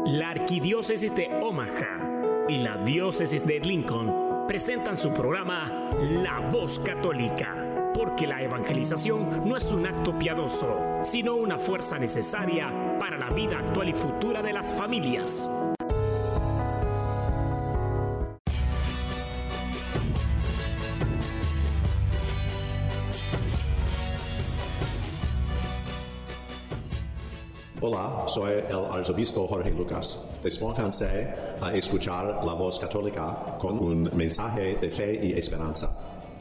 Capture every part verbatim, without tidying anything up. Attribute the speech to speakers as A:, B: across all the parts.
A: La Arquidiócesis de Omaha y la Diócesis de Lincoln presentan su programa La Voz Católica, porque la evangelización no es un acto piadoso, sino una fuerza necesaria para la vida actual y futura de las familias.
B: Hola, soy el arzobispo Jorge Lucas. Despónganse a escuchar La Voz Católica con un mensaje de fe y esperanza.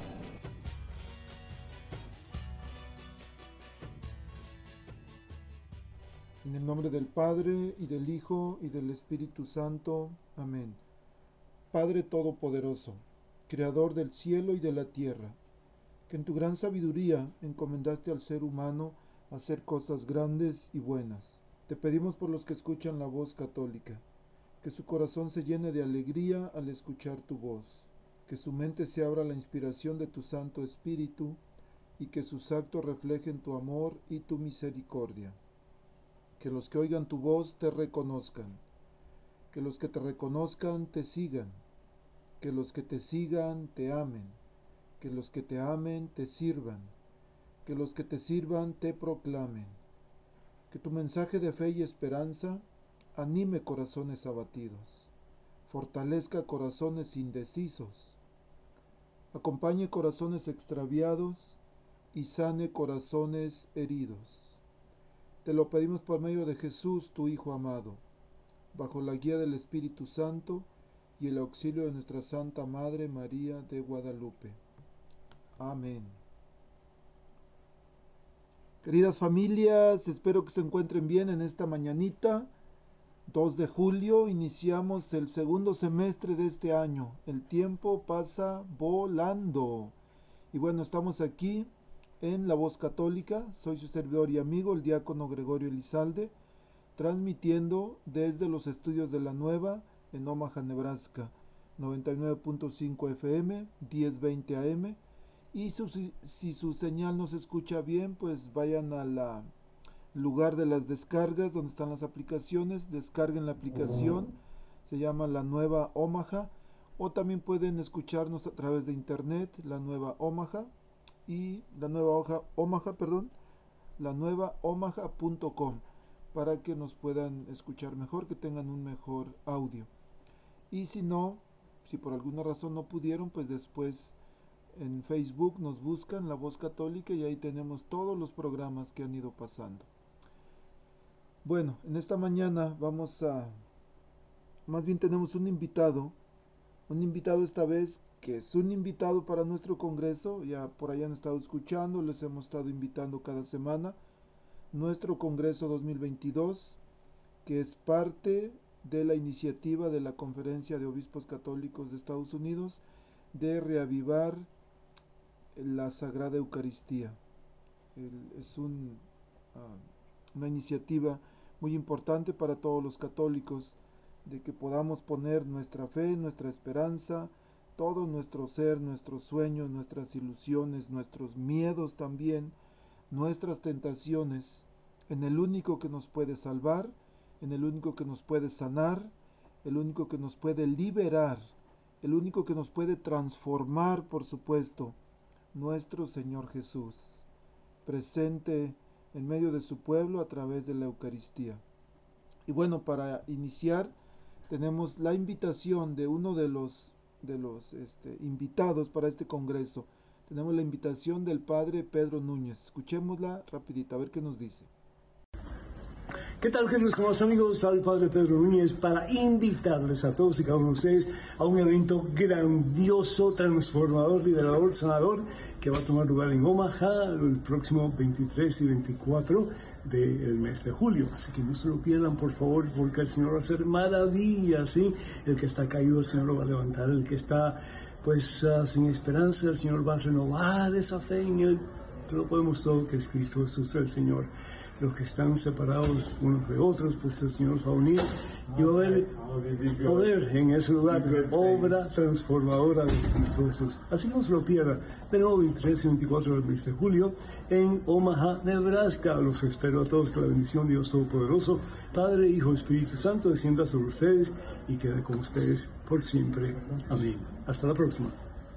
C: En el nombre del Padre, y del Hijo, y del Espíritu Santo. Amén. Padre Todopoderoso, Creador del cielo y de la tierra, que en tu gran sabiduría encomendaste al ser humano hacer cosas grandes y buenas. Te pedimos por los que escuchan la voz católica, que su corazón se llene de alegría al escuchar tu voz, que su mente se abra a la inspiración de tu Santo Espíritu y que sus actos reflejen tu amor y tu misericordia. Que los que oigan tu voz te reconozcan, que los que te reconozcan te sigan, que los que te sigan te amen, que los que te amen te sirvan, que los que te sirvan te proclamen. Que tu mensaje de fe y esperanza anime corazones abatidos, fortalezca corazones indecisos, acompañe corazones extraviados y sane corazones heridos. Te lo pedimos por medio de Jesús, tu Hijo amado, bajo la guía del Espíritu Santo y el auxilio de nuestra Santa Madre María de Guadalupe. Amén. Queridas familias, espero que se encuentren bien en esta mañanita. dos de julio, iniciamos el segundo semestre de este año. El tiempo pasa volando. Y bueno, estamos aquí en La Voz Católica. Soy su servidor y amigo, el diácono Gregorio Elizalde, transmitiendo desde los estudios de La Nueva en Omaha, Nebraska, noventa y nueve punto cinco F M, diez veinte A M. Y su, si su señal no se escucha bien, pues vayan al lugar de las descargas, donde están las aplicaciones, descarguen la aplicación, se llama La Nueva Omaha, o también pueden escucharnos a través de internet, La Nueva Omaha, y La Nueva Omaha, Omaha perdón, la nueva omaha punto com, para que nos puedan escuchar mejor, que tengan un mejor audio. Y si no, si por alguna razón no pudieron, pues después en Facebook nos buscan La Voz Católica y ahí tenemos todos los programas que han ido pasando. Bueno, en esta mañana vamos a... Más bien tenemos un invitado, un invitado esta vez que es un invitado para nuestro congreso. Ya por ahí han estado escuchando, les hemos estado invitando cada semana. Nuestro congreso dos mil veintidós, que es parte de la iniciativa de la Conferencia de Obispos Católicos de Estados Unidos de reavivar la Sagrada Eucaristía. El, es un, uh, una iniciativa muy importante para todos los católicos, de que podamos poner nuestra fe, nuestra esperanza, todo nuestro ser, nuestros sueños, nuestras ilusiones, nuestros miedos también, nuestras tentaciones, en el único que nos puede salvar, en el único que nos puede sanar, el único que nos puede liberar, el único que nos puede transformar, por supuesto, nuestro Señor Jesús, presente en medio de su pueblo a través de la Eucaristía. Y bueno, para iniciar tenemos la invitación de uno de los, de los este, invitados para este congreso. Tenemos la invitación del Padre Pedro Núñez. Escuchémosla rapidita, a ver qué nos dice.
D: ¿Qué tal, queridos amigos? Al Padre Pedro Núñez para invitarles a todos y cada uno de ustedes a un evento grandioso, transformador, liberador, sanador, que va a tomar lugar en Omaha el próximo veintitrés y veinticuatro del mes de julio. Así que no se lo pierdan, por favor, porque el Señor va a hacer maravillas, ¿sí? El que está caído, el Señor lo va a levantar. El que está, pues, uh, sin esperanza, el Señor va a renovar esa fe en Él. Lo podemos todo, que es Cristo Jesús el Señor. los que están separados unos de otros, pues el Señor va a unir y va a haber poder en ese lugar, obra transformadora de Cristo Jesús. Así no se lo pierda. De nuevo, veintitrés y veinticuatro del mes de julio en Omaha, Nebraska. Los espero a todos, que la bendición de Dios Todopoderoso, Padre, Hijo, Espíritu Santo, descienda sobre ustedes y quede con ustedes por siempre. Amén. Hasta la próxima.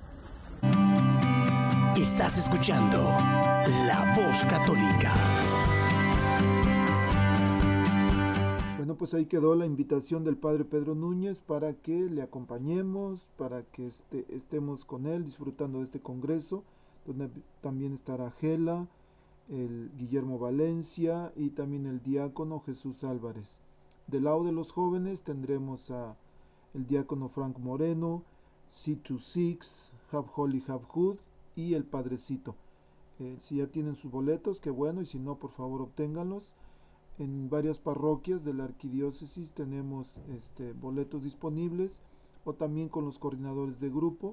A: Estás escuchando La Voz Católica.
C: Bueno, pues ahí quedó la invitación del Padre Pedro Núñez para que le acompañemos, para que este, estemos con él disfrutando de este congreso, donde también estará Gela, el Guillermo Valencia y también el diácono Jesús Álvarez. Del lado de los jóvenes tendremos a el diácono Frank Moreno, C veintiséis, Have Holy, Have Hood y el Padrecito. Eh, si ya tienen sus boletos, qué bueno, y si no, por favor, obténganlos. En varias parroquias de la arquidiócesis tenemos este, boletos disponibles, o también con los coordinadores de grupo,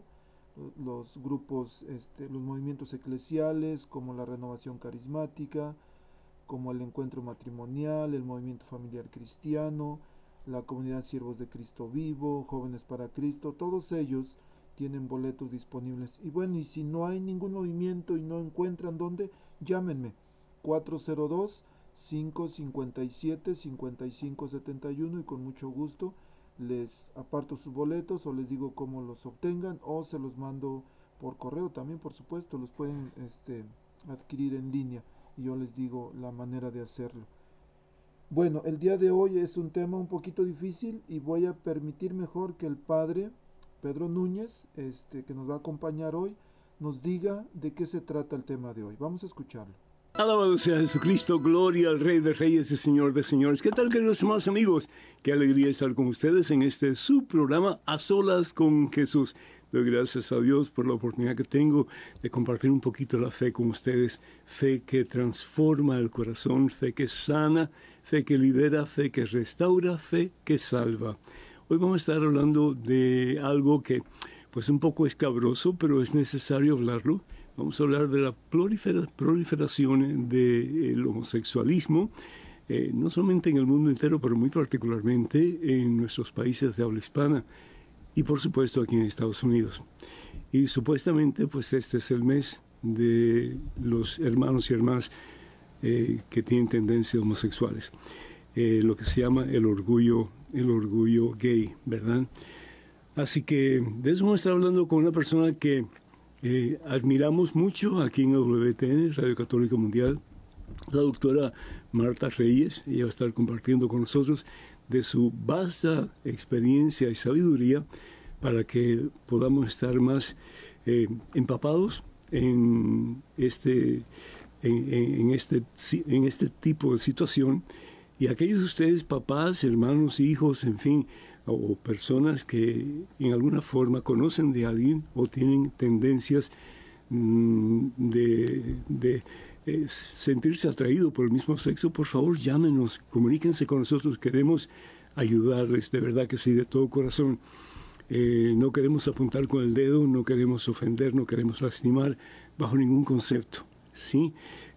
C: los grupos, este, los movimientos eclesiales, como la Renovación Carismática, como el Encuentro Matrimonial, el Movimiento Familiar Cristiano, la Comunidad Siervos de Cristo Vivo, Jóvenes para Cristo. Todos ellos tienen boletos disponibles. Y bueno, y si no hay ningún movimiento y no encuentran dónde, llámenme cuatro cero dos, cinco cinco siete, cinco cinco siete uno y con mucho gusto les aparto sus boletos o les digo cómo los obtengan, o se los mando por correo también, por supuesto, los pueden este, adquirir en línea y yo les digo la manera de hacerlo. Bueno, el día de hoy es un tema un poquito difícil y voy a permitir mejor que el Padre Pedro Núñez, este, que nos va a acompañar hoy, nos diga de qué se trata el tema de hoy. Vamos a escucharlo.
E: Alabado sea Jesucristo, gloria al Rey de Reyes y Señor de Señores. ¿Qué tal, queridos hermanos amigos? Qué alegría estar con ustedes en este su programa A Solas con Jesús. Doy gracias a Dios por la oportunidad que tengo de compartir un poquito la fe con ustedes. Fe que transforma el corazón, fe que sana, fe que libera, fe que restaura, fe que salva. Hoy vamos a estar hablando de algo que pues un poco escabroso, pero es necesario hablarlo. Vamos a hablar de la prolifera, proliferación del homosexualismo, eh, no solamente en el mundo entero, pero muy particularmente en nuestros países de habla hispana y por supuesto aquí en Estados Unidos. Y supuestamente pues este es el mes de los hermanos y hermanas eh, que tienen tendencias homosexuales, eh, lo que se llama el orgullo, el orgullo gay, ¿verdad? Así que de eso vamos a estar hablando con una persona que Eh, admiramos mucho aquí en W T N, Radio Católica Mundial, la doctora Marta Reyes. Ella va a estar compartiendo con nosotros de su vasta experiencia y sabiduría para que podamos estar más eh, empapados en este, en, en, este, en este tipo de situación. Y aquellos de ustedes, papás, hermanos, hijos, en fin, o personas que en alguna forma conocen de alguien o tienen tendencias mmm, de, de eh, sentirse atraído por el mismo sexo, por favor llámenos, comuníquense con nosotros, queremos ayudarles, de verdad que sí, de todo corazón. Eh, no queremos apuntar con el dedo, no queremos ofender, no queremos lastimar bajo ningún concepto, ¿sí?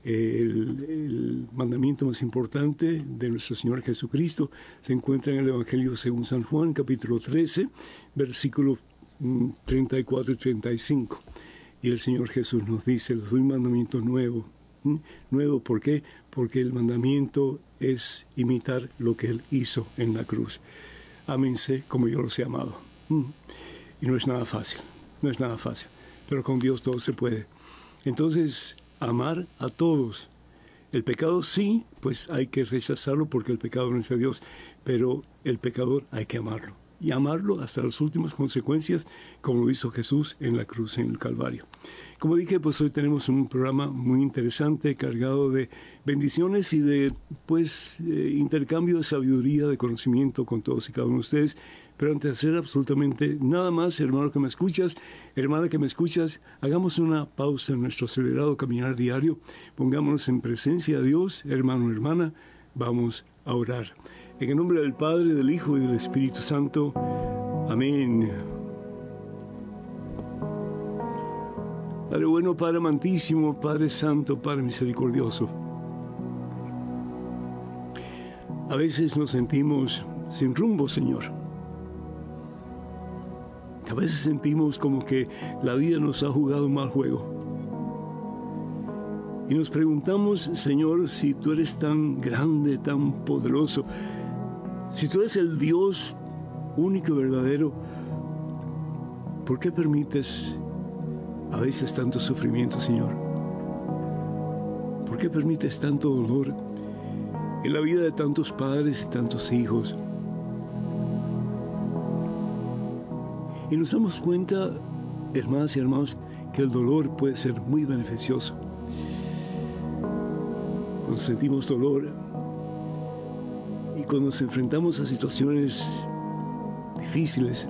E: El, el mandamiento más importante de nuestro Señor Jesucristo se encuentra en el Evangelio según San Juan, capítulo trece, versículos treinta y cuatro y treinta y cinco. Y el Señor Jesús nos dice, les doy un mandamiento nuevo. ¿Mm? Nuevo, ¿por qué? Porque el mandamiento es imitar lo que Él hizo en la cruz. Ámense como yo los he amado. ¿Mm? Y no es nada fácil, no es nada fácil. Pero con Dios todo se puede. Entonces, amar a todos. El pecado sí, pues hay que rechazarlo porque el pecado no es de Dios, pero el pecador hay que amarlo. Y amarlo hasta las últimas consecuencias, como lo hizo Jesús en la cruz, en el Calvario. Como dije, pues hoy tenemos un programa muy interesante, cargado de bendiciones y de pues eh, intercambio de sabiduría, de conocimiento con todos y cada uno de ustedes. Pero antes de hacer absolutamente nada más, hermano que me escuchas, hermana que me escuchas, hagamos una pausa en nuestro acelerado caminar diario. Pongámonos en presencia de Dios, hermano, hermana, vamos a orar. En el nombre del Padre, del Hijo y del Espíritu Santo. Amén. Padre bueno, Padre amantísimo, Padre santo, Padre misericordioso. A veces nos sentimos sin rumbo, Señor. A veces sentimos como que la vida nos ha jugado un mal juego. Y nos preguntamos, Señor, si tú eres tan grande, tan poderoso, si tú eres el Dios único y verdadero, ¿por qué permites a veces tanto sufrimiento, Señor? ¿Por qué permites tanto dolor en la vida de tantos padres y tantos hijos? Y nos damos cuenta, hermanas y hermanos, que el dolor puede ser muy beneficioso. Cuando sentimos dolor y cuando nos enfrentamos a situaciones difíciles,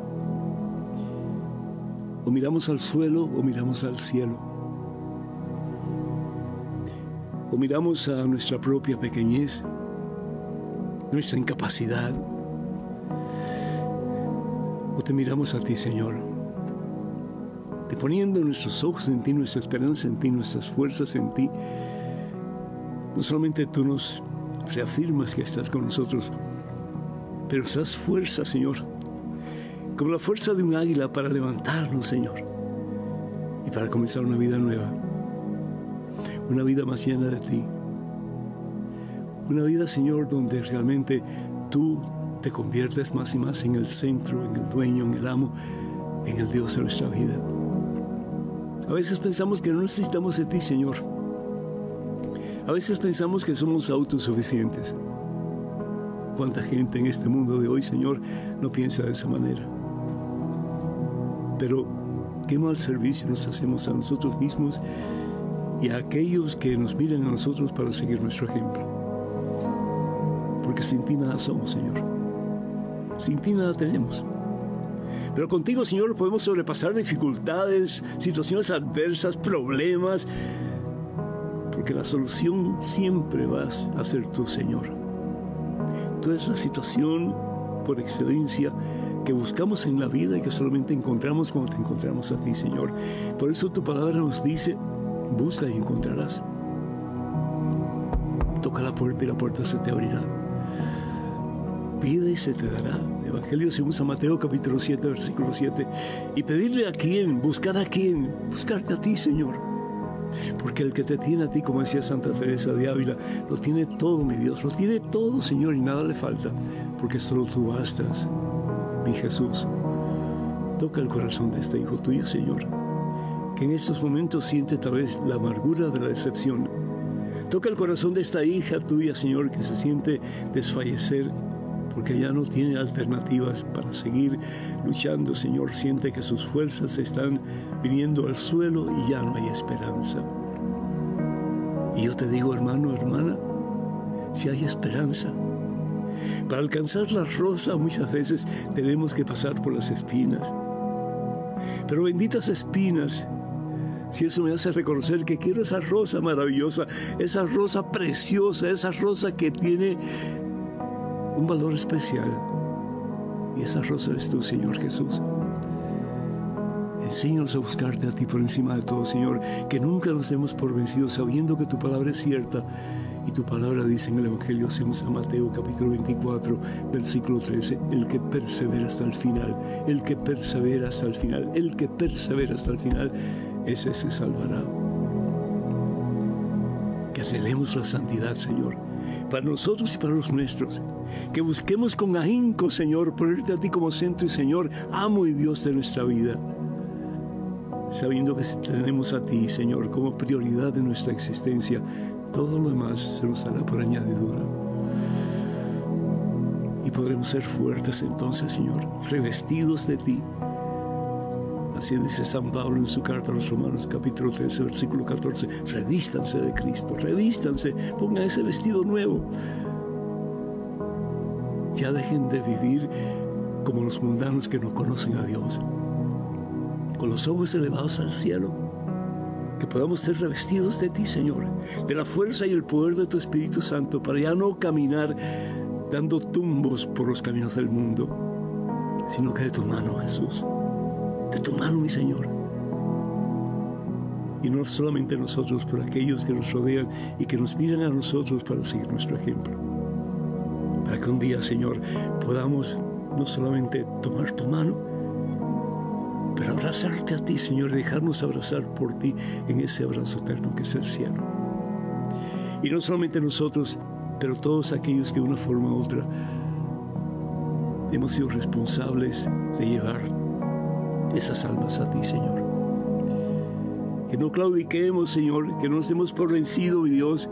E: o miramos al suelo o miramos al cielo, o miramos a nuestra propia pequeñez, nuestra incapacidad, o te miramos a ti, Señor, te poniendo nuestros ojos en ti, nuestra esperanza en ti, nuestras fuerzas en ti. No solamente tú nos reafirmas que estás con nosotros, pero nos das fuerza, Señor, como la fuerza de un águila para levantarnos, Señor, y para comenzar una vida nueva, una vida más llena de ti, una vida, Señor, donde realmente tú te conviertes más y más en el centro, en el dueño, en el amo, en el Dios de nuestra vida. A veces pensamos que no necesitamos de ti, Señor. A veces pensamos que somos autosuficientes. ¿Cuánta gente en este mundo de hoy, Señor, no piensa de esa manera? Pero qué mal servicio nos hacemos a nosotros mismos y a aquellos que nos miran a nosotros para seguir nuestro ejemplo. Porque sin ti nada somos, Señor. Sin ti nada tenemos. Pero contigo, Señor, podemos sobrepasar dificultades, situaciones adversas, problemas, porque la solución siempre vas a ser tú, Señor. Tú eres la situación por excelencia que buscamos en la vida y que solamente encontramos cuando te encontramos a ti, Señor. Por eso tu palabra nos dice, busca y encontrarás. Toca la puerta y la puerta se te abrirá. Pide y se te dará. Evangelio según San Mateo capítulo siete, versículo siete. Y pedirle a quién, buscar a quién, buscarte a ti, Señor. Porque el que te tiene a ti, como decía Santa Teresa de Ávila, lo tiene todo, mi Dios, lo tiene todo, Señor, y nada le falta, porque solo tú bastas, mi Jesús. Toca el corazón de este hijo tuyo, Señor, que en estos momentos siente tal vez la amargura de la decepción. Toca el corazón de esta hija tuya, Señor, que se siente desfallecer, porque ya no tiene alternativas para seguir luchando, Señor. Siente que sus fuerzas están viniendo al suelo y ya no hay esperanza. Y yo te digo, hermano, hermana, si hay esperanza. Para alcanzar la rosa muchas veces tenemos que pasar por las espinas. Pero benditas espinas, si eso me hace reconocer que quiero esa rosa maravillosa, esa rosa preciosa, esa rosa que tiene un valor especial. Y esa rosa eres tú, Señor Jesús. Enséñanos a buscarte a ti por encima de todo, Señor. Que nunca nos demos por vencidos, sabiendo que tu palabra es cierta. Y tu palabra dice en el Evangelio según San Mateo, capítulo veinticuatro, versículo trece, el que persevera hasta el final, el que persevera hasta el final, el que persevera hasta el final, ese se salvará. Que anhelemos la santidad, Señor, para nosotros y para los nuestros. Que busquemos con ahínco, Señor, ponerte a ti como centro y Señor, amo y Dios de nuestra vida. Sabiendo que tenemos a ti, Señor, como prioridad de nuestra existencia, todo lo demás se nos dará por añadidura. Y podremos ser fuertes entonces, Señor, revestidos de ti. Así dice San Pablo en su carta a los Romanos, capítulo trece, versículo catorce. Revístanse de Cristo, revístanse, pongan ese vestido nuevo. Ya dejen de vivir como los mundanos que no conocen a Dios, con los ojos elevados al cielo. Que podamos ser revestidos de ti, Señor, de la fuerza y el poder de tu Espíritu Santo, para ya no caminar dando tumbos por los caminos del mundo, sino que de tu mano, Jesús, de tu mano, mi Señor. Y no solamente nosotros, pero aquellos que nos rodean y que nos miran a nosotros para seguir nuestro ejemplo. para que un día, Señor, podamos no solamente tomar tu mano, pero abrazarte a ti, Señor, y dejarnos abrazar por ti en ese abrazo eterno que es el cielo. Y no solamente nosotros, pero todos aquellos que de una forma u otra hemos sido responsables de llevar esas almas a ti, Señor. Que no claudiquemos, Señor, que no nos demos por vencido, mi Dios,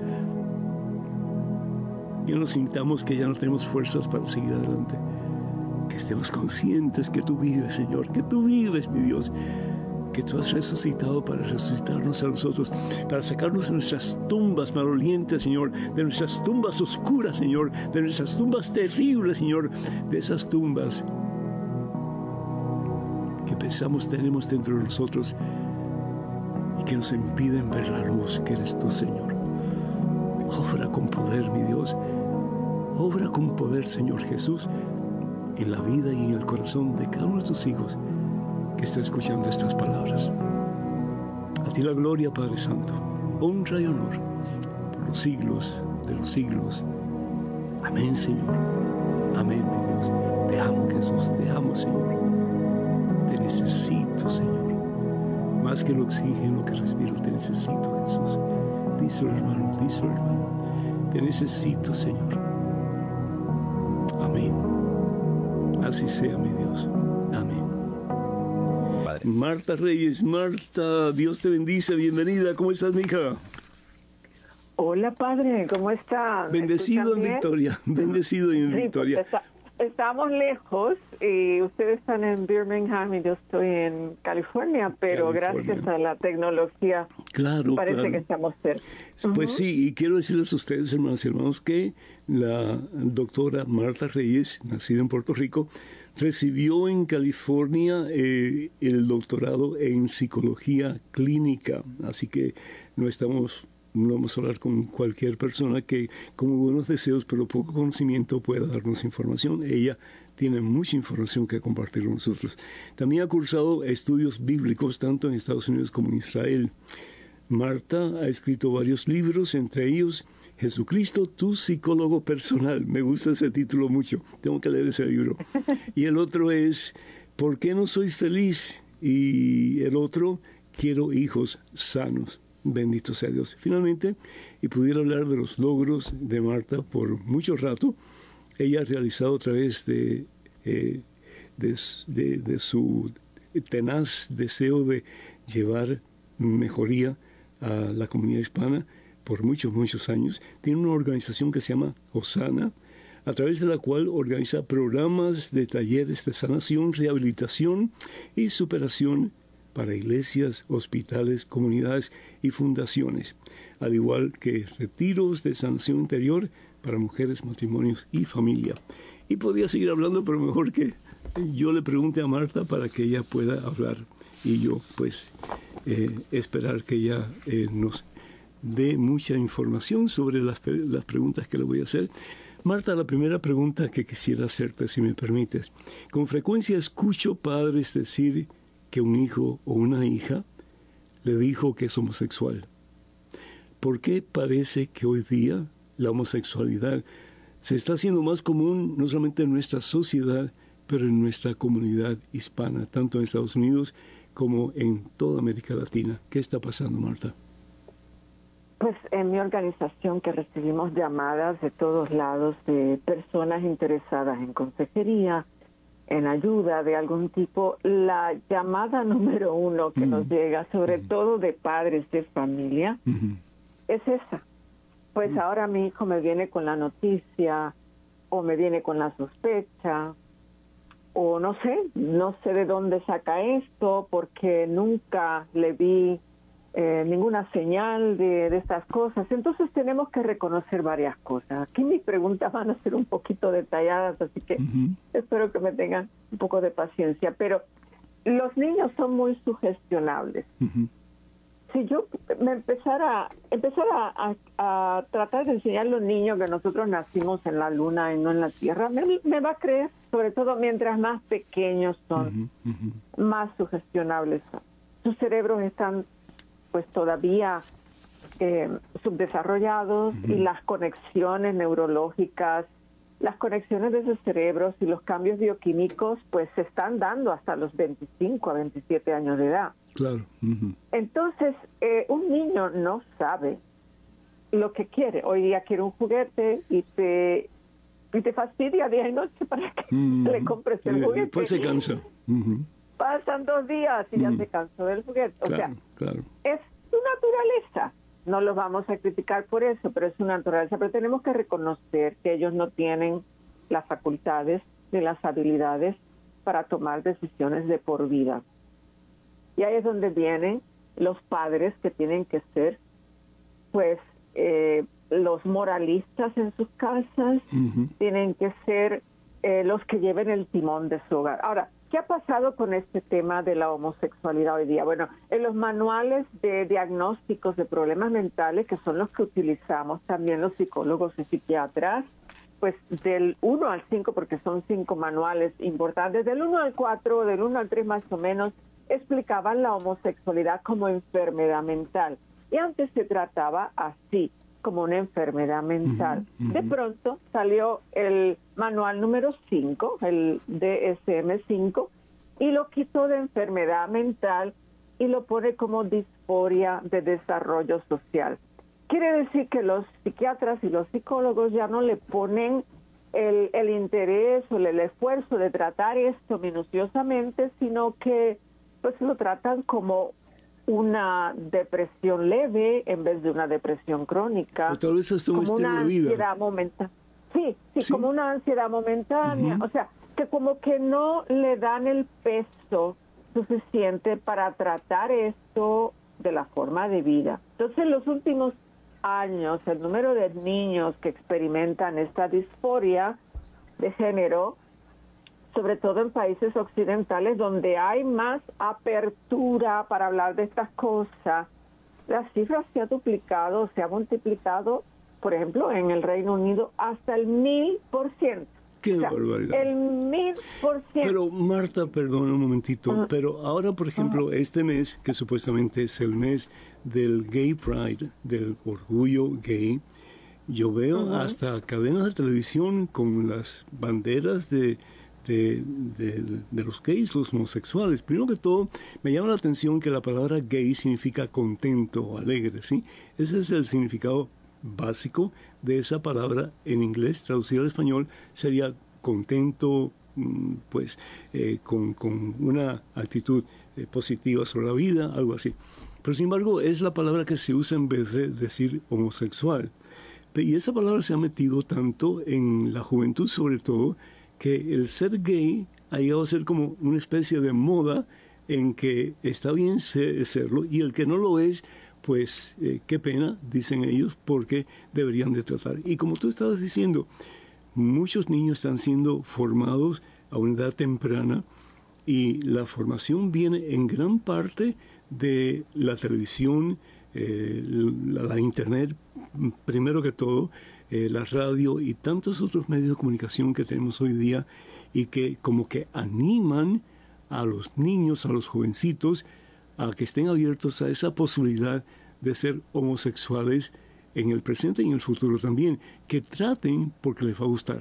E: que no sintamos que ya no tenemos fuerzas para seguir adelante. Que estemos conscientes que tú vives, Señor, que tú vives, mi Dios, que tú has resucitado para resucitarnos a nosotros, para sacarnos de nuestras tumbas malolientes, Señor, de nuestras tumbas oscuras, Señor, de nuestras tumbas terribles, Señor, de esas tumbas que pensamos tenemos dentro de nosotros y que nos impiden ver la luz que eres tú, Señor. Obra con poder, mi Dios, obra con poder, Señor Jesús, en la vida y en el corazón de cada uno de tus hijos que está escuchando estas palabras. A ti la gloria, Padre Santo, honra y honor por los siglos de los siglos. Amén, Señor. Amén, mi Dios. Te amo, Jesús. Te amo, Señor. Te necesito, Señor. Más que el oxígeno que respiro, te necesito, Jesús. Díselo, hermano. Díselo, hermano. Te necesito, Señor. Amén. Así sea, mi Dios. Amén. Marta Reyes, Marta, Dios te bendice, bienvenida. ¿Cómo estás, mija?
F: Hola, padre, ¿cómo está?
E: Bendecido en Victoria, bendecido en
F: sí,
E: Victoria.
F: Está, estamos lejos y ustedes están en Birmingham y yo estoy en California, pero California. Gracias a la tecnología
E: claro,
F: parece
E: claro.
F: que estamos cerca.
E: Pues
F: uh-huh.
E: sí, y quiero decirles a ustedes, hermanos y hermanos, que la doctora Marta Reyes, nacida en Puerto Rico, recibió en California eh, el doctorado en psicología clínica, así que no estamos, no vamos a hablar con cualquier persona que con buenos deseos pero poco conocimiento pueda darnos información. Ella tiene mucha información que compartir con nosotros. También ha cursado estudios bíblicos tanto en Estados Unidos como en Israel. Marta ha escrito varios libros, entre ellos Jesucristo, tu psicólogo personal. Me gusta ese título mucho. Tengo que leer ese libro. Y el otro es ¿Por qué no soy feliz? Y el otro, Quiero hijos sanos. Bendito sea Dios. Finalmente, y pudiera hablar de los logros de Marta por mucho rato, ella ha realizado a través de, eh, de, de, de su tenaz deseo de llevar mejoría a la comunidad hispana por muchos, muchos años. Tiene una organización que se llama Hosanna, a través de la cual organiza programas de talleres de sanación, rehabilitación y superación para iglesias, hospitales, comunidades y fundaciones, al igual que retiros de sanación interior para mujeres, matrimonios y familia. Y podría seguir hablando, pero mejor que yo le pregunte a Marta para que ella pueda hablar y yo pues eh, esperar que ella eh, nos dé mucha información sobre las, las preguntas que le voy a hacer. Marta, la primera pregunta que quisiera hacerte, si me permites. Con frecuencia escucho padres decir que un hijo o una hija le dijo que es homosexual. ¿Por qué parece que hoy día la homosexualidad se está haciendo más común no solamente en nuestra sociedad, pero en nuestra comunidad hispana, tanto en Estados Unidos como en toda América Latina? ¿Qué está pasando, Marta?
F: Pues en mi organización, que recibimos llamadas de todos lados de personas interesadas en consejería, en ayuda de algún tipo, la llamada número uno que uh-huh. nos llega, sobre uh-huh. todo de padres de familia, uh-huh. es esa. Pues uh-huh. ahora mi hijo me viene con la noticia, o me viene con la sospecha, o no sé, no sé de dónde saca esto, porque nunca le vi Eh, ninguna señal de, de estas cosas. Entonces tenemos que reconocer varias cosas. Aquí mis preguntas van a ser un poquito detalladas, así que uh-huh. espero que me tengan un poco de paciencia. Pero los niños son muy sugestionables. Uh-huh. Si yo me empezara, empezara a, a tratar de enseñar a los niños que nosotros nacimos en la luna y no en la tierra, me, me va a creer, sobre todo mientras más pequeños son, uh-huh. Uh-huh. más sugestionables son. Sus cerebros están pues todavía eh, subdesarrollados uh-huh. y las conexiones neurológicas las conexiones de esos cerebros y los cambios bioquímicos pues se están dando hasta los veinticinco a veintisiete años de edad.
E: Claro. Uh-huh.
F: Entonces, eh, un niño no sabe lo que quiere. Hoy día quiere un juguete y te, y te fastidia día y noche para que uh-huh. le compres el
E: y
F: juguete.
E: Después se cansa. Uh-huh.
F: Pasan dos días y uh-huh. ya se cansó del juguete. O
E: claro,
F: sea,
E: claro.
F: es su naturaleza. No los vamos a criticar por eso, pero es su naturaleza. Pero tenemos que reconocer que ellos no tienen las facultades ni las habilidades para tomar decisiones de por vida. Y ahí es donde vienen los padres que tienen que ser, pues, eh, los moralistas en sus casas, uh-huh. tienen que ser eh, los que lleven el timón de su hogar. Ahora, ¿qué ha pasado con este tema de la homosexualidad hoy día? Bueno, en los manuales de diagnósticos de problemas mentales, que son los que utilizamos también los psicólogos y psiquiatras, pues del uno al cinco, porque son cinco manuales importantes, del uno al cuatro, del uno al tres más o menos, explicaban la homosexualidad como enfermedad mental. Y antes se trataba así, como una enfermedad mental. Uh-huh, uh-huh. De pronto salió el manual número cinco, el D S M cinco, y lo quitó de enfermedad mental y lo pone como disforia de desarrollo social. Quiere decir que los psiquiatras y los psicólogos ya no le ponen el, el interés o el esfuerzo de tratar esto minuciosamente, sino que pues lo tratan como una depresión leve en vez de una depresión crónica.
E: O tal vez hasta un
F: como
E: estilo
F: una
E: de vida.
F: Ansiedad momentánea. Sí, sí,
E: sí,
F: como una ansiedad momentánea. Uh-huh. O sea, que como que no le dan el peso suficiente para tratar esto de la forma de vida. Entonces, en los últimos años, el número de niños que experimentan esta disforia de género, sobre todo en países occidentales donde hay más apertura para hablar de estas cosas, las cifras se ha duplicado, se ha multiplicado, por ejemplo, en el Reino Unido hasta el mil por ciento.
E: ¡Qué
F: o sea,
E: barbaridad!
F: El mil por ciento.
E: Pero, Marta, perdón un momentito,
F: uh-huh.
E: pero ahora, por ejemplo, uh-huh. este mes, que supuestamente es el mes del Gay Pride, del orgullo gay, yo veo uh-huh. hasta cadenas de televisión con las banderas de De, de, de los gays, los homosexuales. Primero que todo, me llama la atención que la palabra gay significa contento o alegre, ¿sí? Ese es el significado básico de esa palabra en inglés, traducido al español, sería contento, pues, eh, con, con una actitud eh, positiva sobre la vida, algo así. Pero, sin embargo, es la palabra que se usa en vez de decir homosexual. Y esa palabra se ha metido tanto en la juventud, sobre todo, que el ser gay ha llegado a ser como una especie de moda en que está bien ser, serlo, y el que no lo es, pues eh, qué pena, dicen ellos, porque deberían de tratar. Y como tú estabas diciendo, muchos niños están siendo formados a una edad temprana y la formación viene en gran parte de la televisión, eh, la, la internet, primero que todo, Eh, la radio y tantos otros medios de comunicación que tenemos hoy día y que como que animan a los niños, a los jovencitos, a que estén abiertos a esa posibilidad de ser homosexuales en el presente y en el futuro también, que traten porque les va a gustar.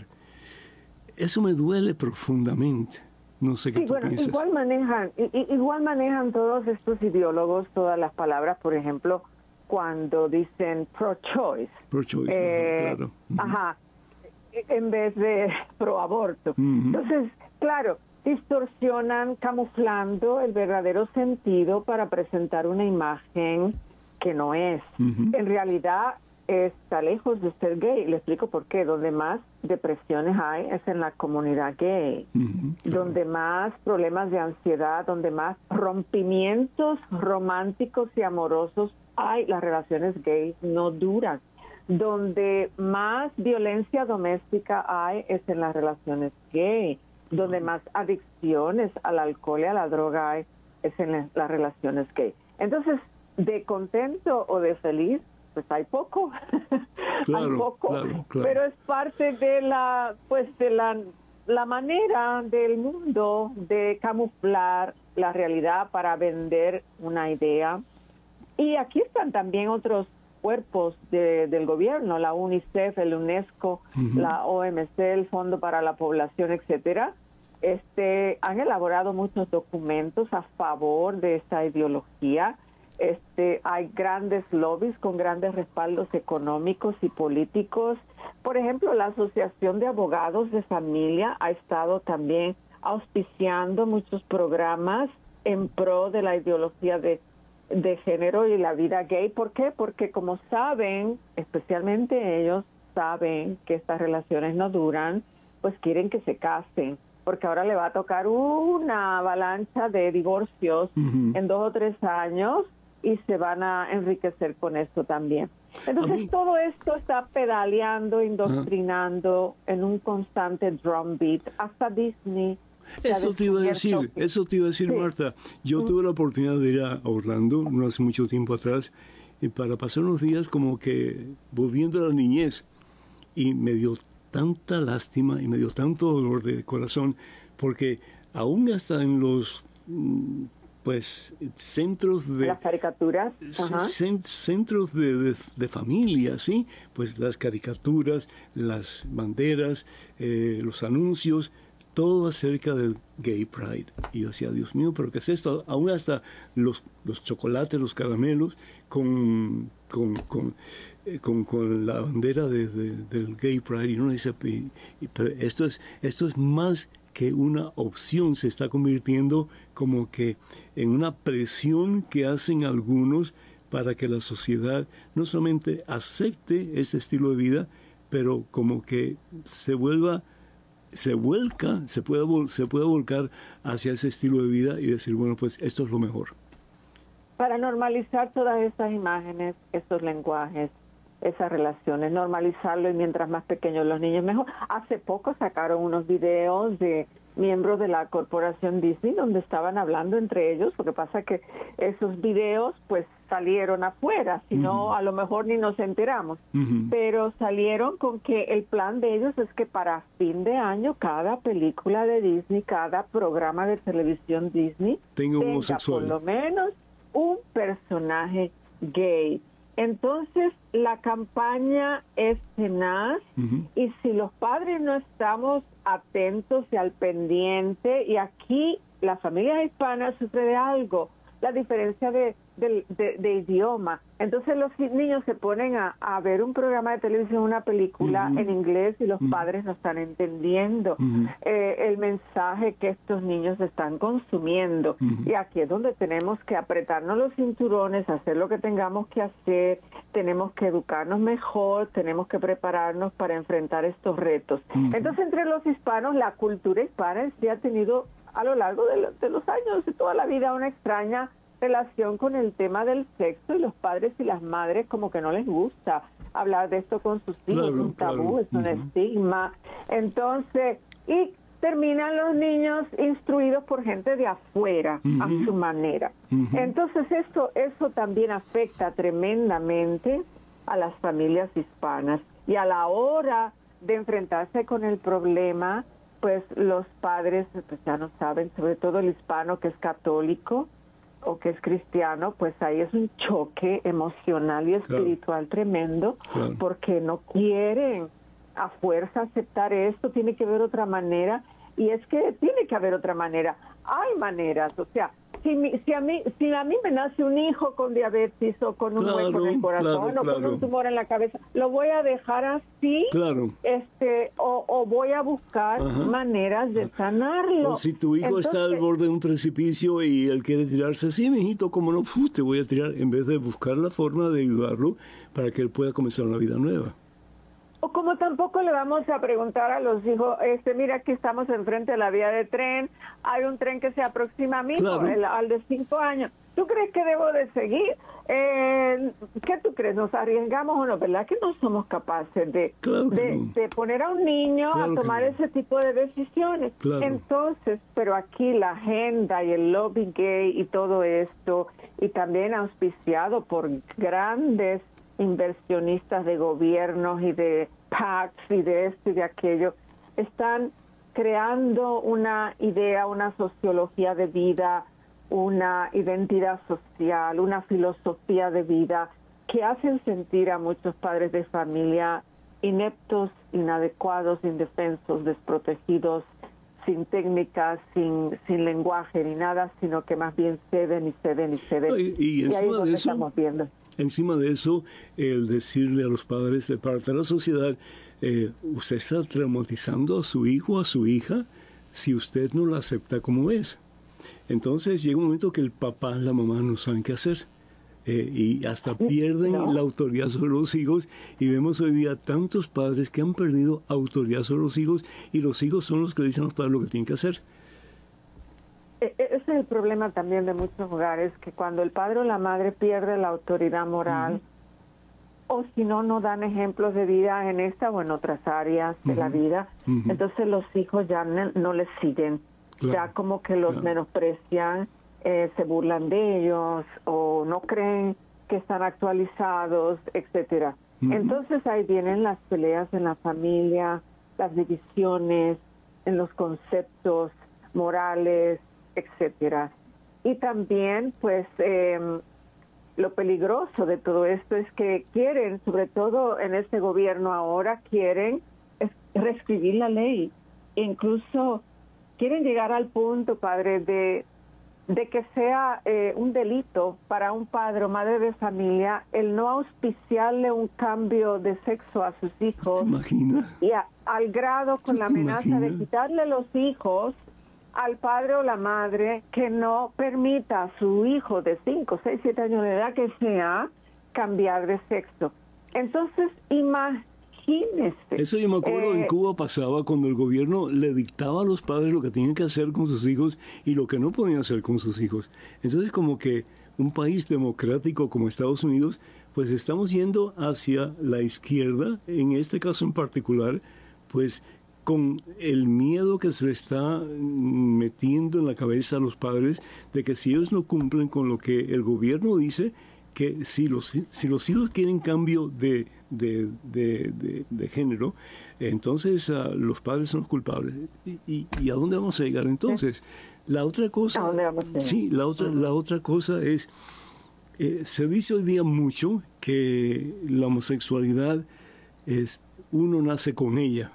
E: Eso me duele profundamente. No sé qué
F: sí,
E: tú
F: bueno,
E: piensas.
F: Igual manejan, igual manejan todos estos ideólogos, todas las palabras, por ejemplo, cuando dicen pro-choice.
E: Pro-choice,
F: eh,
E: claro. Uh-huh.
F: Ajá, en vez de pro-aborto. Uh-huh. Entonces, claro, distorsionan camuflando el verdadero sentido para presentar una imagen que no es. Uh-huh. En realidad está lejos de ser gay. Le explico por qué. Donde más depresiones hay es en la comunidad gay. Uh-huh. Claro. Donde más problemas de ansiedad, donde más rompimientos románticos y amorosos hay, las relaciones gays no duran. Donde más violencia doméstica hay es en las relaciones gay. Donde más adicciones al alcohol y a la droga hay es en las relaciones gay. Entonces, de contento o de feliz, pues hay poco.
E: Claro,
F: hay poco.
E: Claro, claro.
F: Pero es parte de la, pues de la, la manera del mundo de camuflar la realidad para vender una idea. Y aquí están también otros cuerpos de, del gobierno, la UNICEF, el UNESCO, uh-huh. la O M C, el Fondo para la Población, etcétera, este, han elaborado muchos documentos a favor de esta ideología. Este, hay grandes lobbies con grandes respaldos económicos y políticos. Por ejemplo, la Asociación de Abogados de Familia ha estado también auspiciando muchos programas en pro de la ideología de, de género y la vida gay. ¿Por qué? Porque como saben, especialmente ellos saben que estas relaciones no duran, pues quieren que se casen, porque ahora le va a tocar una avalancha de divorcios uh-huh. en dos o tres años, y se van a enriquecer con esto también. Entonces, todo esto está pedaleando, indoctrinando uh-huh. en un constante drumbeat. Hasta Disney.
E: Eso te iba a decir, que... eso te iba a decir, sí. Marta. Yo uh-huh. tuve la oportunidad de ir a Orlando, no hace mucho tiempo atrás, y para pasar unos días como que volviendo a la niñez. Y me dio tanta lástima y me dio tanto dolor de corazón, porque aún hasta en los... pues centros de...
F: Las caricaturas.
E: C- centros de, de, de familia, ¿sí? Pues las caricaturas, las banderas, eh, los anuncios, todo acerca del Gay Pride. Y yo decía, Dios mío, ¿pero qué es esto? Aún hasta los, los chocolates, los caramelos, con, con, con, eh, con, con la bandera de, de, del Gay Pride. Y uno dice, y, y, pero esto es, esto es más que una opción, se está convirtiendo como que en una presión que hacen algunos para que la sociedad no solamente acepte este estilo de vida, pero como que se vuelva, se vuelca, se pueda, se pueda volcar hacia ese estilo de vida y decir, bueno, pues esto es lo mejor.
F: Para normalizar todas estas imágenes, estos lenguajes, esas relaciones, normalizarlo, y mientras más pequeños los niños mejor. Hace poco sacaron unos videos de miembros de la corporación Disney donde estaban hablando entre ellos, porque pasa que esos videos pues salieron afuera, si no uh-huh. a lo mejor ni nos enteramos, uh-huh. pero salieron con que el plan de ellos es que para fin de año cada película de Disney, cada programa de televisión Disney
E: tenga
F: tenga
E: homosexual,
F: por lo menos un personaje gay. Entonces, la campaña es tenaz uh-huh. y si los padres no estamos atentos y al pendiente, y aquí la familia hispana sufre de algo, la diferencia de, de, de, de idioma. Entonces los niños se ponen a, a ver un programa de televisión, una película uh-huh. en inglés, y los uh-huh. padres no están entendiendo uh-huh. eh, el mensaje que estos niños están consumiendo. Uh-huh. Y aquí es donde tenemos que apretarnos los cinturones, hacer lo que tengamos que hacer, tenemos que educarnos mejor, tenemos que prepararnos para enfrentar estos retos. Uh-huh. Entonces, entre los hispanos, la cultura hispana sí ha tenido a lo largo de, lo, de los años, de toda la vida, una extraña relación con el tema del sexo, y los padres y las madres como que no les gusta hablar de esto con sus hijos, es claro, un tabú, claro. es un uh-huh. estigma. Entonces, y terminan los niños instruidos por gente de afuera, uh-huh. a su manera. Uh-huh. Entonces, esto, eso también afecta tremendamente a las familias hispanas, y a la hora de enfrentarse con el problema, pues los padres pues ya no saben, sobre todo el hispano que es católico o que es cristiano, pues ahí es un choque emocional y espiritual claro. tremendo, claro. porque no quieren a fuerza aceptar esto, tiene que haber otra manera, y es que tiene que haber otra manera, hay maneras, o sea, si, mi, si, a mí, si a mí me nace un hijo con diabetes o con un claro, hueco en el corazón claro, o claro. con un tumor en la cabeza, lo voy a dejar así claro. este o, o voy a buscar Ajá. maneras de sanarlo.
E: O si tu hijo Entonces, está al borde de un precipicio y él quiere tirarse así, mijito, como no, Uf, te voy a tirar, en vez de buscar la forma de ayudarlo para que él pueda comenzar una vida nueva.
F: O como tampoco le vamos a preguntar a los hijos, este, mira, aquí estamos enfrente de la vía de tren, hay un tren que se aproxima a mí, claro. el, al de cinco años. ¿Tú crees que debo de seguir? Eh, ¿Qué tú crees? ¿Nos arriesgamos o no? ¿Verdad que no somos capaces de,
E: claro
F: de,
E: no.
F: de poner a un niño claro a tomar no. ese tipo de decisiones?
E: Claro.
F: Entonces, pero aquí la agenda y el lobby gay y todo esto, y también auspiciado por grandes inversionistas de gobiernos y de PACs y de esto y de aquello, están creando una idea, una sociología de vida, una identidad social, una filosofía de vida que hacen sentir a muchos padres de familia ineptos, inadecuados, indefensos, desprotegidos, sin técnicas, sin, sin lenguaje ni nada, sino que más bien ceden y ceden y ceden.
E: No, y, y,
F: y ahí es
E: encima
F: donde
E: de eso,
F: estamos viendo.
E: Encima de eso, el decirle a los padres de parte de la sociedad, eh, usted está traumatizando a su hijo o a su hija si usted no la acepta como es. Entonces llega un momento que el papá, la mamá no saben qué hacer. Eh, y hasta pierden
F: no.
E: la autoridad sobre los hijos, y vemos hoy día tantos padres que han perdido autoridad sobre los hijos, y los hijos son los que le dicen a los padres lo que tienen que hacer.
F: Ese es el problema también de muchos hogares, que cuando el padre o la madre pierde la autoridad moral, uh-huh. o si no, no dan ejemplos de vida en esta o en otras áreas uh-huh. de la vida, uh-huh. entonces los hijos ya no, no les siguen, claro. ya como que los claro. menosprecian, eh, se burlan de ellos o no creen que están actualizados, etcétera. Uh-huh. Entonces ahí vienen las peleas en la familia, las divisiones en los conceptos morales, etcétera. Y también, pues, eh, lo peligroso de todo esto es que quieren, sobre todo en este gobierno ahora, quieren reescribir la ley. E incluso quieren llegar al punto, padre, de, de que sea eh, un delito para un padre o madre de familia el no auspiciarle un cambio de sexo a sus hijos.
E: ¿Se imagina?
F: Y a, al grado con la amenaza
E: imagina?
F: de quitarle los hijos al padre o la madre que no permita a su hijo de cinco, seis, siete años de edad que sea cambiar de sexo. Entonces, imagínese.
E: Eso yo me acuerdo eh, en Cuba pasaba cuando el gobierno le dictaba a los padres lo que tenían que hacer con sus hijos y lo que no podían hacer con sus hijos. Entonces, como que un país democrático como Estados Unidos, pues estamos yendo hacia la izquierda, en este caso en particular, pues con el miedo que se le está metiendo en la cabeza a los padres de que si ellos no cumplen con lo que el gobierno dice, que si los, si los hijos quieren cambio de, de, de, de, de género, entonces uh, los padres son los culpables. ¿Y, y, y a dónde vamos a llegar entonces? La otra cosa,
F: ¿A dónde vamos a llegar?
E: Sí, la otra, la otra cosa es, eh, se dice hoy día mucho que la homosexualidad es, uno nace con ella,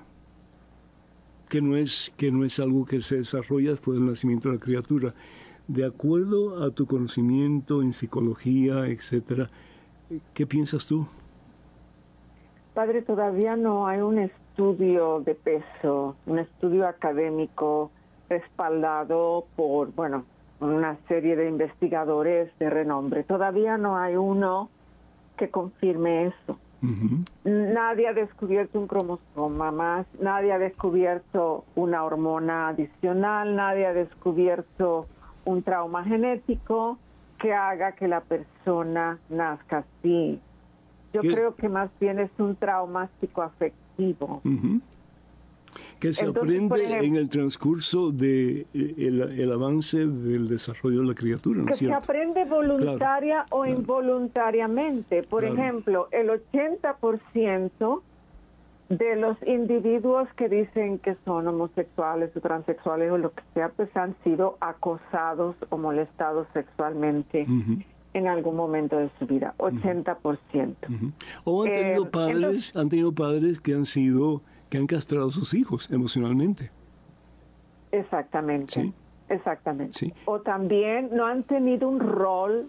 E: que no es que no es algo que se desarrolla después del nacimiento de la criatura. De acuerdo a tu conocimiento en psicología, etcétera, ¿qué piensas tú?
F: Padre, todavía no hay un estudio de peso, un estudio académico respaldado por, bueno, una serie de investigadores de renombre. Todavía no hay uno que confirme eso. Uh-huh. Nadie ha descubierto un cromosoma más, nadie ha descubierto una hormona adicional, nadie ha descubierto un trauma genético que haga que la persona nazca así. Yo ¿Qué? creo que más bien es un trauma psicoafectivo. Uh-huh.
E: Que se
F: Entonces,
E: aprende
F: ejemplo,
E: en el transcurso del de el, el avance del desarrollo de la criatura, ¿no es cierto?
F: Que se aprende voluntaria claro, o claro. involuntariamente. Por claro. ejemplo, el ochenta por ciento de los individuos que dicen que son homosexuales o transexuales o lo que sea, pues han sido acosados o molestados sexualmente uh-huh. en algún momento de su vida. ochenta por ciento. Uh-huh.
E: O han tenido
F: eh,
E: padres, entonces, han tenido padres que han sido que han castrado a sus hijos emocionalmente.
F: Exactamente,
E: ¿Sí?
F: exactamente.
E: ¿Sí?
F: O también no han tenido un rol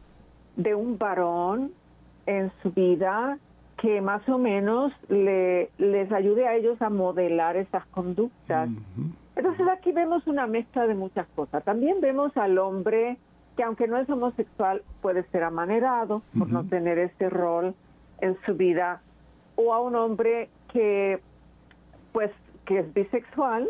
F: de un varón en su vida que más o menos le, les ayude a ellos a modelar esas conductas. Uh-huh. Entonces aquí vemos una mezcla de muchas cosas. También vemos al hombre que aunque no es homosexual puede ser amanerado por uh-huh. no tener ese rol en su vida, o a un hombre que pues que es bisexual,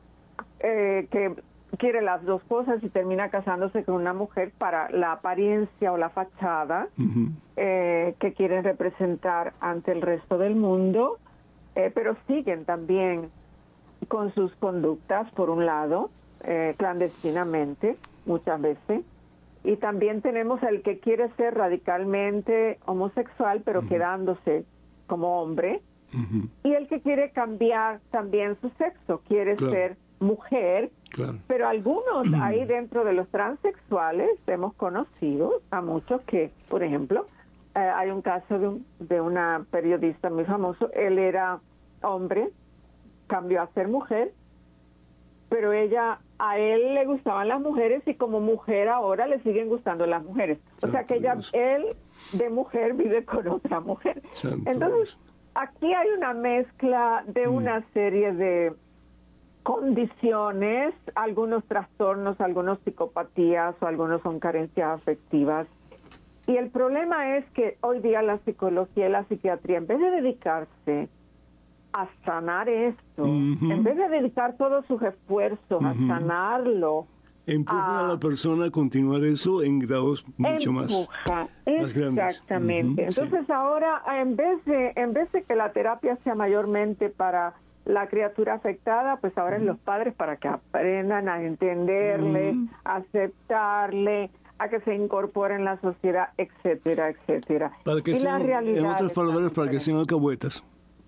F: eh, que quiere las dos cosas y termina casándose con una mujer para la apariencia o la fachada uh-huh. eh, que quieren representar ante el resto del mundo, eh, pero siguen también con sus conductas, por un lado, eh, clandestinamente, muchas veces, y también tenemos el que quiere ser radicalmente homosexual, pero uh-huh. quedándose como hombre, uh-huh. y el que quiere cambiar también su sexo, quiere claro. ser mujer, claro. pero algunos uh-huh. ahí dentro de los transexuales hemos conocido a muchos que, por ejemplo, eh, hay un caso de, un, de una periodista muy famoso. Él era hombre, cambió a ser mujer, pero ella, a él le gustaban las mujeres y como mujer ahora le siguen gustando las mujeres. O sea que ella, él de mujer vive con otra mujer.
E: Santo
F: Entonces, aquí hay una mezcla de
E: Mm.
F: una serie de condiciones, algunos trastornos, algunos psicopatías o algunos son carencias afectivas. Y el problema es que hoy día la psicología y la psiquiatría, en vez de dedicarse a sanar esto,
E: Ujú.
F: en vez de dedicar todos sus esfuerzos a
E: Ujú.
F: sanarlo,
E: Empuja
F: Ah.
E: a la persona a continuar eso en grados mucho más.
F: empuja,
E: más grandes.
F: exactamente.
E: Ujú, sí.
F: Entonces ahora, en vez de en vez de que la terapia sea mayormente para la criatura afectada, pues ahora es los padres para que aprendan a entenderle,
E: Ujú.
F: a aceptarle, a que se incorpore en la sociedad, etcétera, etcétera.
E: Para que
F: Y la
E: sean, en
F: realidad
E: otras
F: es
E: palabras,
F: tan
E: para que
F: diferente.
E: sean alcahuetas.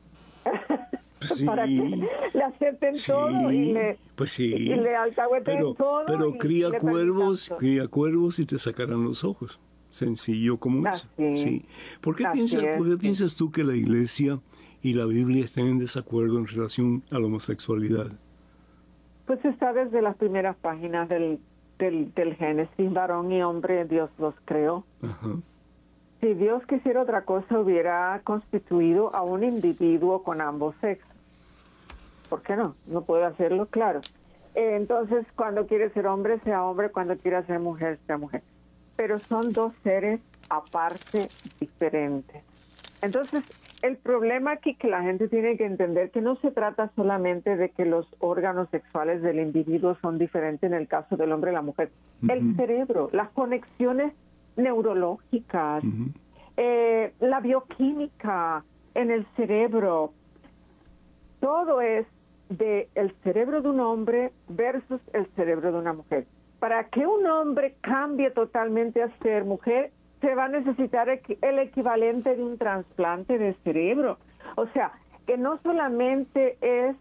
E: Sí.
F: Para que le acepten
E: Sí,
F: todo y le,
E: pues sí.
F: y le alcahueten
E: pero,
F: todo.
E: pero
F: y
E: cría
F: le permitan
E: cuervos,
F: todo.
E: cría cuervos y te sacarán los ojos. Sencillo como eso.
F: Así
E: Sí. ¿Por qué,
F: Así
E: piensas,
F: es,
E: ¿Por qué
F: sí.
E: piensas tú que la iglesia y la Biblia están en desacuerdo en relación a la homosexualidad?
F: Pues está desde las primeras páginas del, del, del Génesis, varón y hombre, Dios los creó.
E: Ajá.
F: Si Dios quisiera otra cosa, hubiera constituido a un individuo con ambos sexos. ¿Por qué no? No puede hacerlo, claro. Eh, entonces, cuando quiere ser hombre, sea hombre, cuando quiera ser mujer, sea mujer. Pero son dos seres aparte, diferentes. Entonces, el problema aquí que la gente tiene que entender que no se trata solamente de que los órganos sexuales del individuo son diferentes en el caso del hombre y la mujer. El cerebro, las conexiones neurológicas,
E: Ujú.
F: eh, la bioquímica en el cerebro, todo es de el cerebro de un hombre versus el cerebro de una mujer. Para que un hombre cambie totalmente a ser mujer, se va a necesitar equi- el equivalente de un trasplante de cerebro. O sea, que no solamente es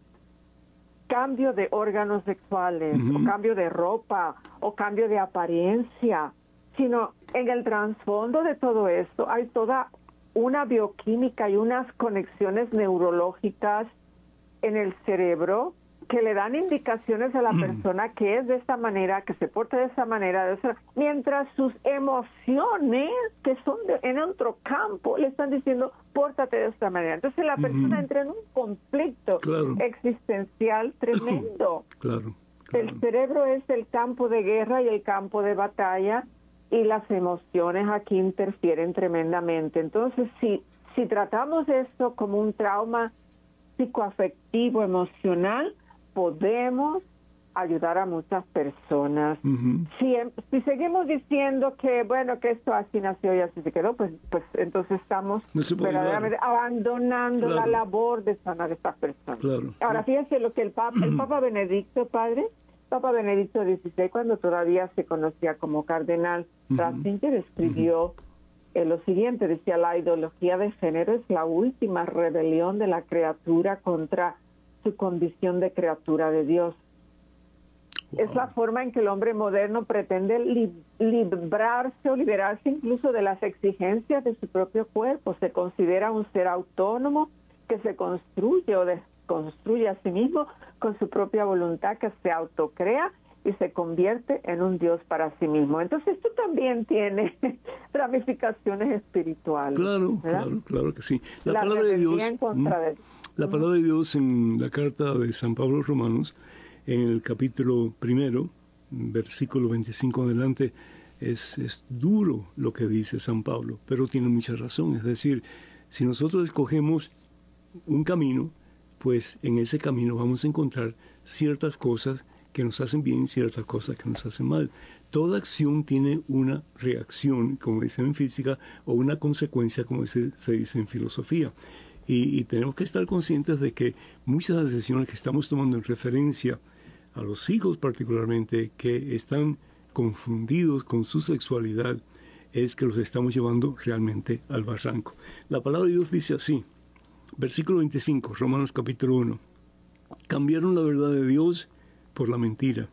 F: cambio de órganos sexuales,
E: Ujú.
F: o cambio de ropa, o cambio de apariencia, sino en el trasfondo de todo esto hay toda una bioquímica y unas conexiones neurológicas en el cerebro que le dan indicaciones a la persona que es de esta manera, que se porta de esta manera, de esa, mientras sus emociones, que son de, en otro campo, le están diciendo, pórtate de esta manera. Entonces la persona
E: Ujú.
F: entra en un conflicto
E: Claro.
F: existencial tremendo.
E: Claro. claro.
F: El cerebro es el campo de guerra y el campo de batalla, y las emociones aquí interfieren tremendamente. Entonces, si, si tratamos esto como un trauma psicoafectivo, emocional, podemos ayudar a muchas personas.
E: Ujú.
F: Si, si seguimos diciendo que, bueno, que esto así nació y así se quedó, pues, pues entonces estamos
E: No se puede
F: verdaderamente abandonando
E: Claro.
F: la labor de sanar a estas personas.
E: Claro.
F: Ahora, fíjense lo que el Papa, el Papa Benedicto, padre, Papa Benedicto dieciséis, cuando todavía se conocía como cardenal,
E: Ujú.
F: Ratzinger escribió eh, lo siguiente, decía, la ideología de género es la última rebelión de la criatura contra su condición de criatura de Dios. Es la forma en que el hombre moderno pretende li- librarse o liberarse incluso de las exigencias de su propio cuerpo. Se considera un ser autónomo que se construye o desconstruye a sí mismo con su propia voluntad, que se autocrea y se convierte en un Dios para sí mismo. Entonces esto también tiene ramificaciones espirituales.
E: Claro,
F: ¿verdad?
E: claro, claro que sí. La,
F: La
E: palabra de Dios,
F: rebeldía en contra
E: mm,
F: de-
E: la palabra de Dios en la carta de San Pablo a los Romanos, en el capítulo primero, versículo veinticinco en adelante, es, es duro lo que dice San Pablo, pero tiene mucha razón. Es decir, si nosotros escogemos un camino, pues en ese camino vamos a encontrar ciertas cosas que nos hacen bien y ciertas cosas que nos hacen mal. Toda acción tiene una reacción, como dicen en física, o una consecuencia, como se, se dice en filosofía. Y, y tenemos que estar conscientes de que muchas de las decisiones que estamos tomando en referencia a los hijos particularmente, que están confundidos con su sexualidad, es que los estamos llevando realmente al barranco. La palabra de Dios dice así, versículo veinticinco, Romanos capítulo uno. Cambiaron la verdad de Dios por la mentira.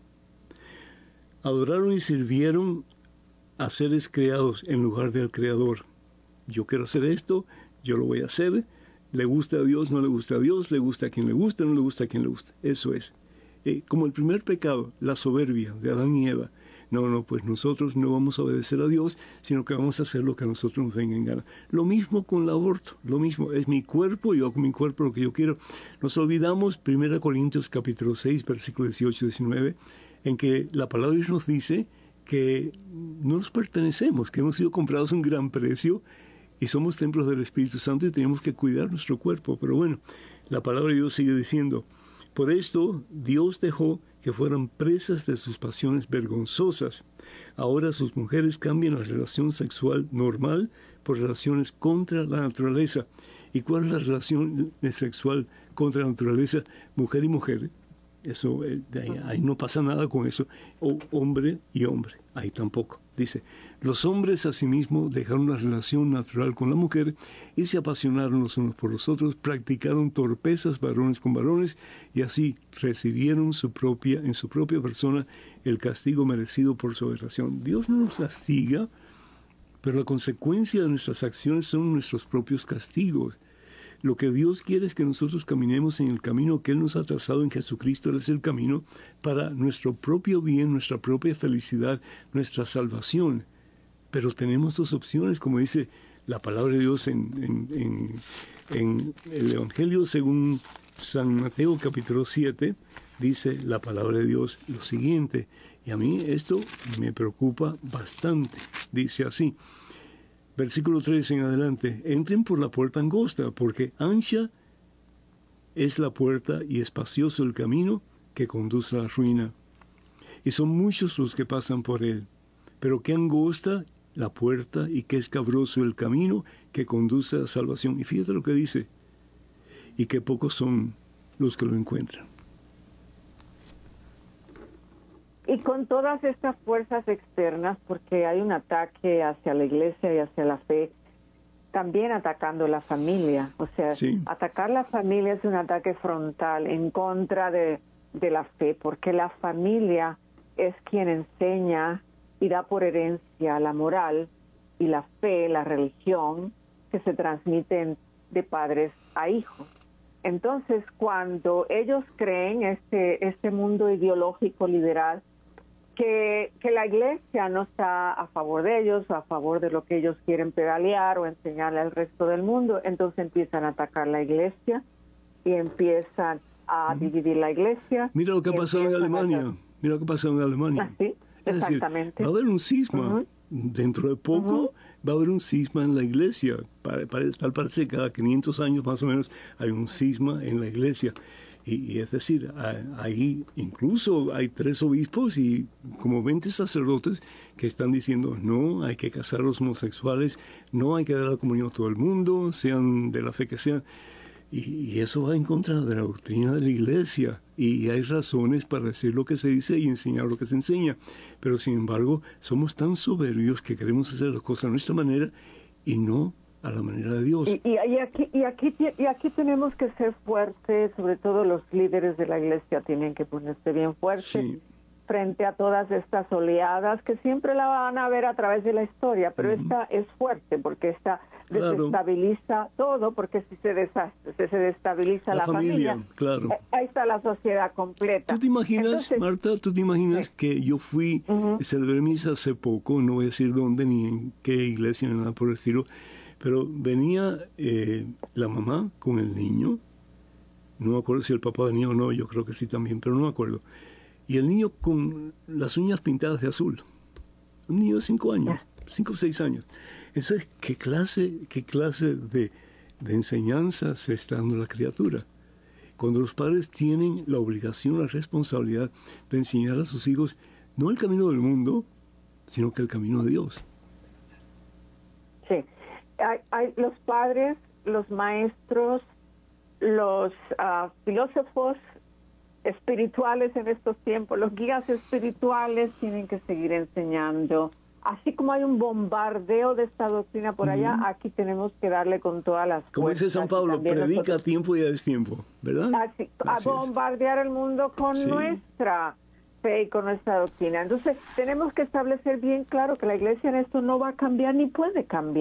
E: Adoraron y sirvieron a seres creados en lugar del Creador, yo quiero hacer esto, yo lo voy a hacer, le gusta a Dios, no le gusta a Dios, le gusta a quien le gusta, no le gusta a quien le gusta. Eso es. Eh, como el primer pecado, la soberbia de Adán y Eva. No, no, pues nosotros no vamos a obedecer a Dios, sino que vamos a hacer lo que a nosotros nos venga en gana. Lo mismo con el aborto, lo mismo, es mi cuerpo, yo hago con mi cuerpo lo que yo quiero. Nos olvidamos, primera Corintios capítulo seis, versículos dieciocho y diecinueve, en que la palabra de Dios nos dice que no nos pertenecemos, que hemos sido comprados a un gran precio y somos templos del Espíritu Santo y tenemos que cuidar nuestro cuerpo. Pero bueno, la palabra de Dios sigue diciendo, por esto Dios dejó que fueran presas de sus pasiones vergonzosas. Ahora sus mujeres cambian la relación sexual normal por relaciones contra la naturaleza. ¿Y cuál es la relación sexual contra la naturaleza? Mujer y mujer. Eso, eh, ahí, ahí no pasa nada con eso. O hombre y hombre. Ahí tampoco. Dice, los hombres asimismo dejaron la relación natural con la mujer y se apasionaron los unos por los otros, practicaron torpezas varones con varones y así recibieron su propia, en su propia persona el castigo merecido por su aberración. Dios no nos castiga, pero la consecuencia de nuestras acciones son nuestros propios castigos. Lo que Dios quiere es que nosotros caminemos en el camino que Él nos ha trazado en Jesucristo. Él es el camino para nuestro propio bien, nuestra propia felicidad, nuestra salvación. Pero tenemos dos opciones, como dice la palabra de Dios en, en, en, en el Evangelio según San Mateo capítulo siete, dice la palabra de Dios lo siguiente. Y a mí esto me preocupa bastante. Dice así. Versículo tres en adelante, entren por la puerta angosta, porque ancha es la puerta y espacioso el camino que conduce a la ruina. Y son muchos los que pasan por él. Pero qué angosta la puerta y qué escabroso el camino que conduce a la salvación. Y fíjate lo que dice, y qué pocos son los que lo encuentran.
F: Y con todas estas fuerzas externas, porque hay un ataque hacia la iglesia y hacia la fe, también atacando la familia. O sea, sí. Atacar la familia es un ataque frontal en contra de, de la fe, porque la familia es quien enseña y da por herencia la moral y la fe, la religión, que se transmiten de padres a hijos. Entonces, cuando ellos creen este, este mundo ideológico liberal, Que, que la iglesia no está a favor de ellos o a favor de lo que ellos quieren pedalear o enseñarle al resto del mundo, entonces empiezan a atacar la iglesia y empiezan a dividir la iglesia.
E: Mira lo que ha pasado en Alemania, a... mira lo que ha pasado en Alemania.
F: Ah, sí,
E: es
F: exactamente.
E: Decir, va a haber un cisma, uh-huh. dentro de poco uh-huh. va a haber un cisma en la iglesia, para, para, tal parece que cada quinientos años más o menos hay un cisma en la iglesia. Y, y es decir, ahí incluso hay tres obispos y como veinte sacerdotes que están diciendo no, hay que casar a los homosexuales, no hay que dar la comunión a todo el mundo, sean de la fe que sean. Y, y eso va en contra de la doctrina de la iglesia. Y hay razones para decir lo que se dice y enseñar lo que se enseña. Pero sin embargo, somos tan soberbios que queremos hacer las cosas a nuestra manera y no a la manera de Dios.
F: Y, y, y, aquí, y, aquí, y aquí tenemos que ser fuertes, sobre todo los líderes de la iglesia tienen que ponerse bien fuertes sí. frente a todas estas oleadas que siempre la van a ver a través de la historia, pero uh-huh. esta es fuerte porque esta claro. desestabiliza todo, porque si se, desastre, si se destabiliza la, la familia, familia
E: claro.
F: ahí está la sociedad completa.
E: ¿Tú te imaginas, Entonces, Marta, tú te imaginas sí. que yo fui, uh-huh. celebré misa hace poco, no voy a decir dónde ni en qué iglesia ni nada por el estilo, pero venía eh, la mamá con el niño, no me acuerdo si el papá venía o no, yo creo que sí también, pero no me acuerdo. Y el niño con las uñas pintadas de azul, un niño de cinco años, cinco o seis años. Entonces, ¿qué clase, qué clase de, de enseñanza se está dando a la criatura? Cuando los padres tienen la obligación, la responsabilidad de enseñar a sus hijos no el camino del mundo, sino que el camino de Dios.
F: Sí. Hay, hay los padres, los maestros, los uh, filósofos espirituales en estos tiempos, los guías espirituales tienen que seguir enseñando. Así como hay un bombardeo de esta doctrina por allá, uh-huh. aquí tenemos que darle con todas las fuerzas.
E: Como dice San Pablo, predica nosotros, a tiempo y a destiempo, ¿verdad?
F: Así, así a bombardear es. el mundo con sí. nuestra fe y con nuestra doctrina. Entonces, tenemos que establecer bien claro que la iglesia en esto no va a cambiar ni puede cambiar.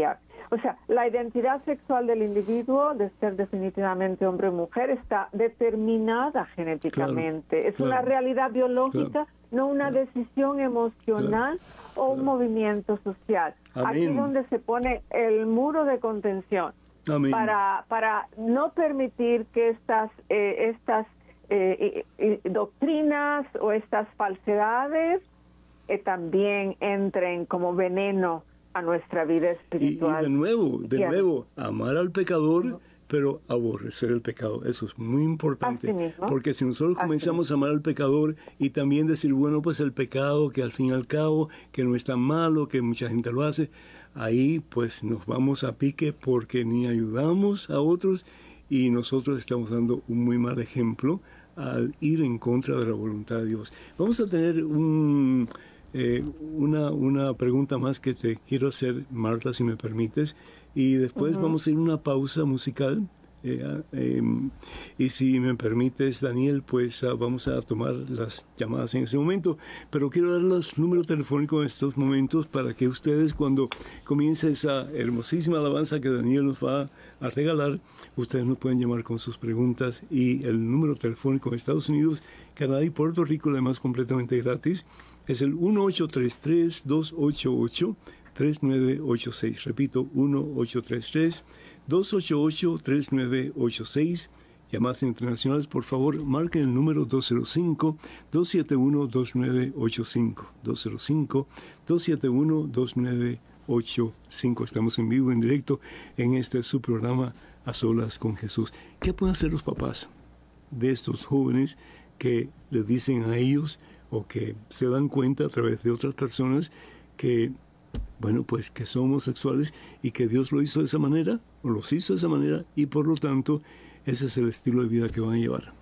F: O sea, la identidad sexual del individuo, de ser definitivamente hombre o mujer, está determinada genéticamente. Claro, es claro, una realidad biológica, claro, no una claro, decisión emocional claro, o un claro, movimiento social. Amén. Aquí es donde se pone el muro de contención. Amén. Para, para no permitir que estas, eh, estas eh, eh, doctrinas o estas falsedades eh, también entren como veneno a nuestra vida espiritual.
E: Y, y de nuevo, de ¿Quién? nuevo, amar al pecador, uh-huh, pero aborrecer el pecado. Eso es muy importante. Porque si nosotros Así comenzamos mismo. a amar al pecador y también decir, bueno, pues el pecado, que al fin y al cabo, que no es tan malo, que mucha gente lo hace, ahí pues nos vamos a pique porque ni ayudamos a otros y nosotros estamos dando un muy mal ejemplo al ir en contra de la voluntad de Dios. Vamos a tener un... Eh, una, una pregunta más que te quiero hacer, Marta, si me permites, y después uh-huh. vamos a ir a una pausa musical, eh, eh, y si me permites, Daniel, pues uh, vamos a tomar las llamadas en ese momento, pero quiero dar los números telefónicos en estos momentos para que ustedes, cuando comience esa hermosísima alabanza que Daniel nos va a regalar, ustedes nos pueden llamar con sus preguntas, y el número telefónico en Estados Unidos, Canadá y Puerto Rico, además completamente gratis, es el uno ocho tres tres, dos ocho ocho, tres nueve ocho seis. Repito, uno ocho tres tres, dos ocho ocho, tres nueve ocho seis. Llamadas internacionales, por favor, marquen el número dos cero cinco, dos siete uno, dos nueve ocho cinco. dos cero cinco, dos siete uno, dos nueve ocho cinco. Estamos en vivo, en directo, en este su programa A Solas con Jesús. ¿Qué pueden hacer los papás de estos jóvenes que les dicen a ellos o que se dan cuenta a través de otras personas que, bueno, pues que son homosexuales y que Dios lo hizo de esa manera, o los hizo de esa manera, y por lo tanto, ese es el estilo de vida que van a llevar?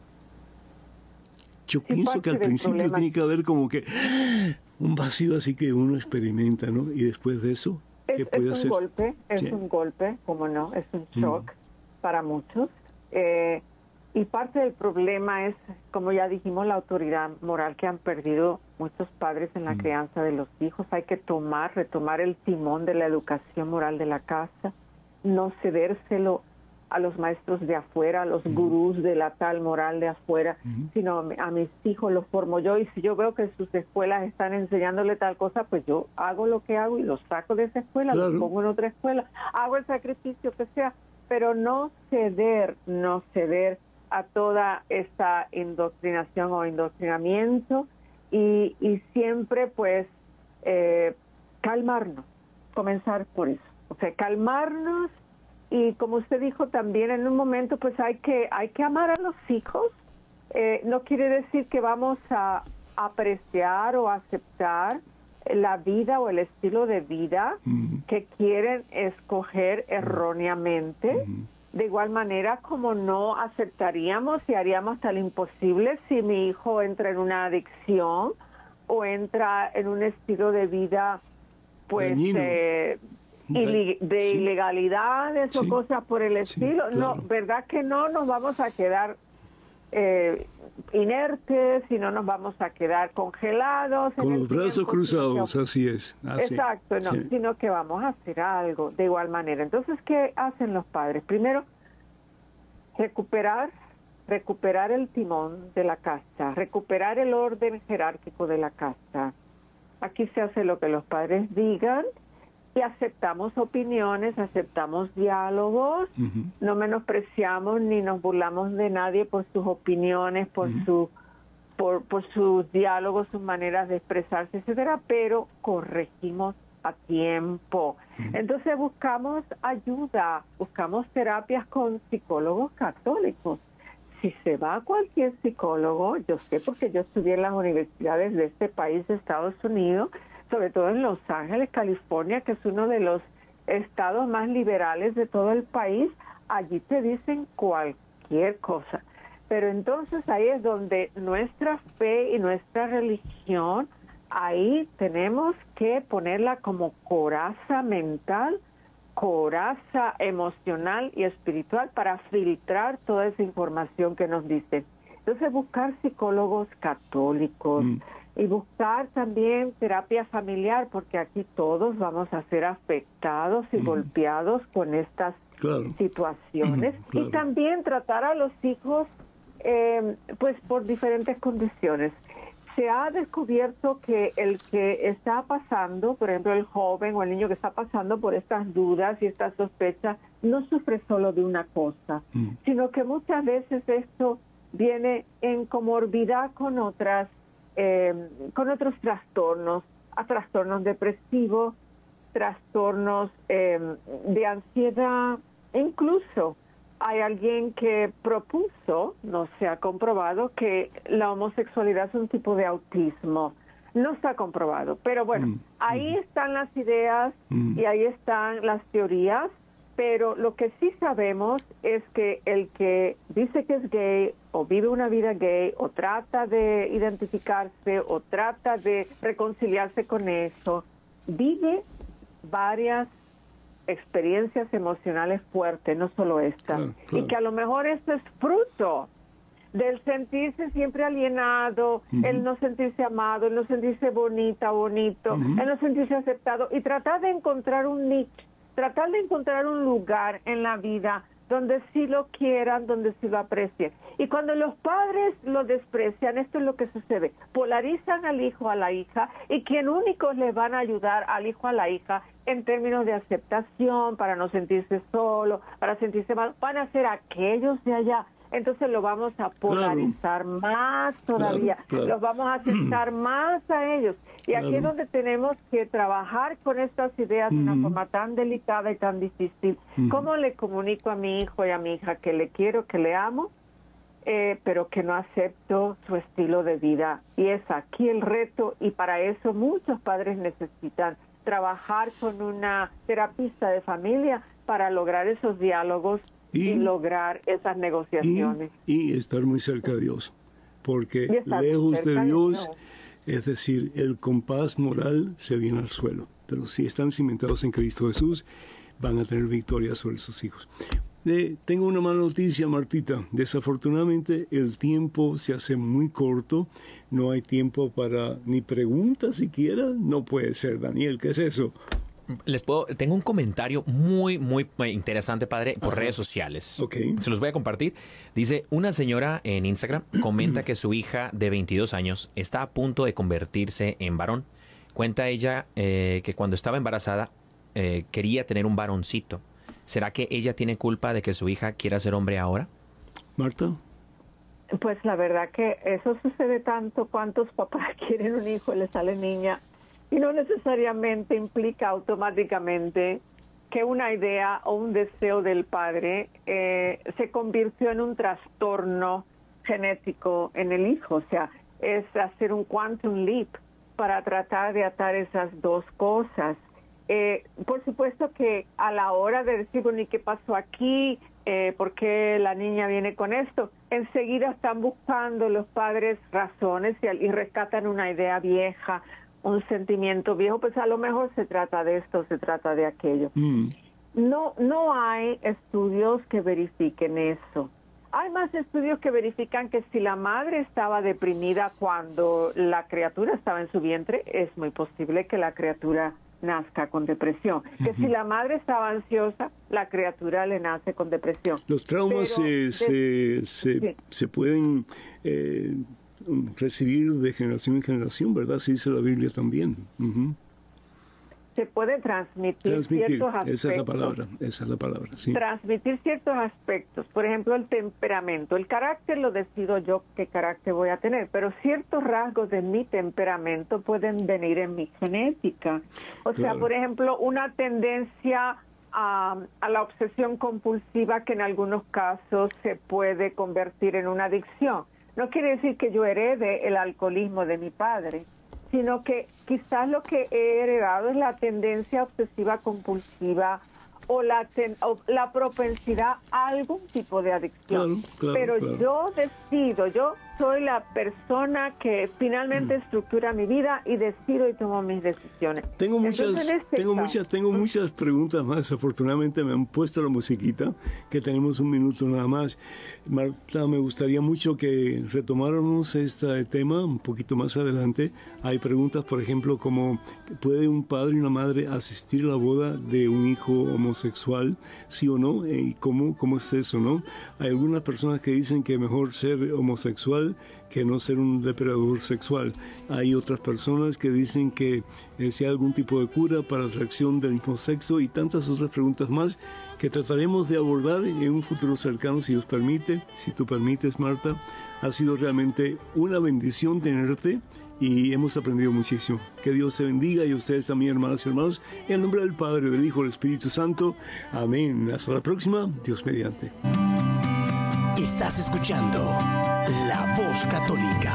E: Yo sí, pienso que al principio problema. tiene que haber como que un vacío así que uno experimenta, ¿no? Y después de eso, ¿qué
F: es,
E: puede
F: es
E: hacer?
F: Un golpe, es
E: sí.
F: un golpe, como no, es un shock mm. para muchos. Eh, Y parte del problema es, como ya dijimos, la autoridad moral que han perdido muchos padres en la mm. crianza de los hijos. Hay que tomar, retomar el timón de la educación moral de la casa, no cedérselo a los maestros de afuera, a los mm. gurús de la tal moral de afuera, mm. sino a mis hijos los formo yo. Y si yo veo que sus escuelas están enseñándole tal cosa, pues yo hago lo que hago y los saco de esa escuela, claro. los pongo en otra escuela, hago el sacrificio que sea, pero no ceder, no ceder a toda esta indoctrinación o indoctrinamiento y, y siempre pues eh, calmarnos, comenzar por eso, o sea, calmarnos y como usted dijo también en un momento pues hay que hay que amar a los hijos, eh, no quiere decir que vamos a apreciar o aceptar la vida o el estilo de vida mm. que quieren escoger erróneamente. Mm. De igual manera como no aceptaríamos y haríamos tal imposible si mi hijo entra en una adicción o entra en un estilo de vida pues eh, de sí. ilegalidades sí. o cosas por el sí, estilo. Claro. No, ¿verdad que no nos vamos a quedar eh, inertes y no nos vamos a quedar congelados?
E: Con los brazos cruzados, sino, así es. Así.
F: Exacto, no, sí. sino que vamos a hacer algo de igual manera. Entonces, ¿qué hacen los padres? Primero, recuperar, recuperar el timón de la casa, recuperar el orden jerárquico de la casa. Aquí se hace lo que los padres digan y aceptamos opiniones, aceptamos diálogos, uh-huh. no menospreciamos ni nos burlamos de nadie por sus opiniones, por uh-huh. su por, por sus diálogos, sus maneras de expresarse, etcétera, pero corregimos a tiempo. Uh-huh. Entonces buscamos ayuda, buscamos terapias con psicólogos católicos. Si se va a cualquier psicólogo, yo sé porque yo estudié en las universidades de este país, de Estados Unidos, sobre todo en Los Ángeles, California, que es uno de los estados más liberales de todo el país, allí te dicen cualquier cosa. Pero entonces ahí es donde nuestra fe y nuestra religión, ahí tenemos que ponerla como coraza mental, coraza emocional y espiritual para filtrar toda esa información que nos dicen. Entonces buscar psicólogos católicos, mm. y buscar también terapia familiar, porque aquí todos vamos a ser afectados y mm. golpeados con estas claro. situaciones. Mm, claro. Y también tratar a los hijos eh, pues por diferentes condiciones. Se ha descubierto que el que está pasando, por ejemplo, el joven o el niño que está pasando por estas dudas y estas sospechas, no sufre solo de una cosa, mm. sino que muchas veces esto viene en comorbidad con otras, eh, con otros trastornos, a trastornos depresivos, trastornos eh, de ansiedad, e incluso hay alguien que propuso, no se ha comprobado, que la homosexualidad es un tipo de autismo. No está comprobado, pero bueno, mm, ahí mm. están las ideas mm. y ahí están las teorías, pero lo que sí sabemos es que el que dice que es gay o vive una vida gay o trata de identificarse o trata de reconciliarse con eso, vive varias experiencias emocionales fuertes, no solo esta, claro, claro. y que a lo mejor esto es fruto del sentirse siempre alienado, uh-huh. el no sentirse amado, el no sentirse bonita, bonito, uh-huh. el no sentirse aceptado, y tratar de encontrar un nicho, tratar de encontrar un lugar en la vida donde sí lo quieran, donde sí lo aprecien. Y cuando los padres lo desprecian, esto es lo que sucede. Polarizan al hijo, a la hija, y quien únicos le van a ayudar al hijo, a la hija, en términos de aceptación, para no sentirse solo, para sentirse mal, van a ser aquellos de allá. Entonces lo vamos a polarizar claro. más todavía, claro, claro. los vamos a aceptar más a ellos. Y claro. aquí es donde tenemos que trabajar con estas ideas uh-huh. de una forma tan delicada y tan difícil. Uh-huh. ¿Cómo le comunico a mi hijo y a mi hija que le quiero, que le amo, eh, pero que no acepto su estilo de vida? Y es aquí el reto, y para eso muchos padres necesitan trabajar con una terapista de familia para lograr esos diálogos y, y lograr esas negociaciones.
E: Y, y estar muy cerca de Dios, porque lejos de Dios, de es decir, el compás moral se viene al suelo, pero si están cimentados en Cristo Jesús, van a tener victoria sobre sus hijos. Eh, tengo una mala noticia, Martita. Desafortunadamente el tiempo se hace muy corto, no hay tiempo para ni preguntas siquiera. No puede ser, Daniel, ¿qué es eso?
G: Les puedo, tengo un comentario muy, muy interesante, padre, por Ajá. redes sociales.
E: Okay.
G: Se los voy a compartir. Dice, una señora en Instagram comenta que su hija de veintidós años está a punto de convertirse en varón. Cuenta ella eh, que cuando estaba embarazada eh, quería tener un varoncito. ¿Será que ella tiene culpa de que su hija quiera ser hombre ahora?
E: Marta.
F: Pues la verdad que eso sucede tanto. ¿Cuántos papás quieren un hijo y le sale niña? Y no necesariamente implica automáticamente que una idea o un deseo del padre eh, se convirtió en un trastorno genético en el hijo. O sea, es hacer un quantum leap para tratar de atar esas dos cosas. Eh, por supuesto que a la hora de decir, bueno, ¿y qué pasó aquí? Eh, ¿Por qué la niña viene con esto? Enseguida están buscando los padres razones y, y rescatan una idea vieja, un sentimiento viejo. Pues a lo mejor se trata de esto, se trata de aquello. Mm. No, no hay estudios que verifiquen eso. Hay más estudios que verifican que si la madre estaba deprimida cuando la criatura estaba en su vientre, es muy posible que la criatura nazca con depresión. Que uh-huh. si la madre estaba ansiosa, la criatura le nace con depresión.
E: Los traumas Pero, se, de, se, se, sí. se pueden eh, recibir de generación en generación, ¿verdad? Sí dice la Biblia también. Uh-huh.
F: Se puede transmitir,
E: transmitir
F: ciertos aspectos.
E: Esa es la palabra, esa es la palabra, sí.
F: Transmitir ciertos aspectos. Por ejemplo, el temperamento. El carácter lo decido yo qué carácter voy a tener, pero ciertos rasgos de mi temperamento pueden venir en mi genética. O claro. sea, por ejemplo, una tendencia a, a la obsesión compulsiva que en algunos casos se puede convertir en una adicción. No quiere decir que yo herede el alcoholismo de mi padre, sino que quizás lo que he heredado es la tendencia obsesiva compulsiva o la, ten, o la propensidad a algún tipo de adicción.
E: Claro, claro,
F: Pero
E: claro.
F: yo decido, yo soy la persona que finalmente mm. estructura mi vida y decido y tomo mis decisiones.
E: Tengo muchas,
F: Entonces, este
E: tengo
F: caso,
E: muchas, tengo muchas preguntas más. Afortunadamente me han puesto la musiquita, que tenemos un minuto nada más. Marta, me gustaría mucho que retomáramos este tema un poquito más adelante. Hay preguntas, por ejemplo, como ¿puede un padre y una madre asistir a la boda de un hijo homosexual? ¿Sí o no? ¿Y cómo, cómo es eso, no? Hay algunas personas que dicen que mejor ser homosexual que no ser un depredador sexual. Hay otras personas que dicen que eh, si hay algún tipo de cura para atracción del mismo sexo y tantas otras preguntas más que trataremos de abordar en un futuro cercano, si Dios permite, si tú permites, Marta. Ha sido realmente una bendición tenerte y hemos aprendido muchísimo. Que Dios te bendiga y a ustedes también, hermanas y hermanos, en el nombre del Padre, del Hijo y del Espíritu Santo. Amén. Hasta la próxima. Dios mediante.
A: Estás escuchando La Voz Católica.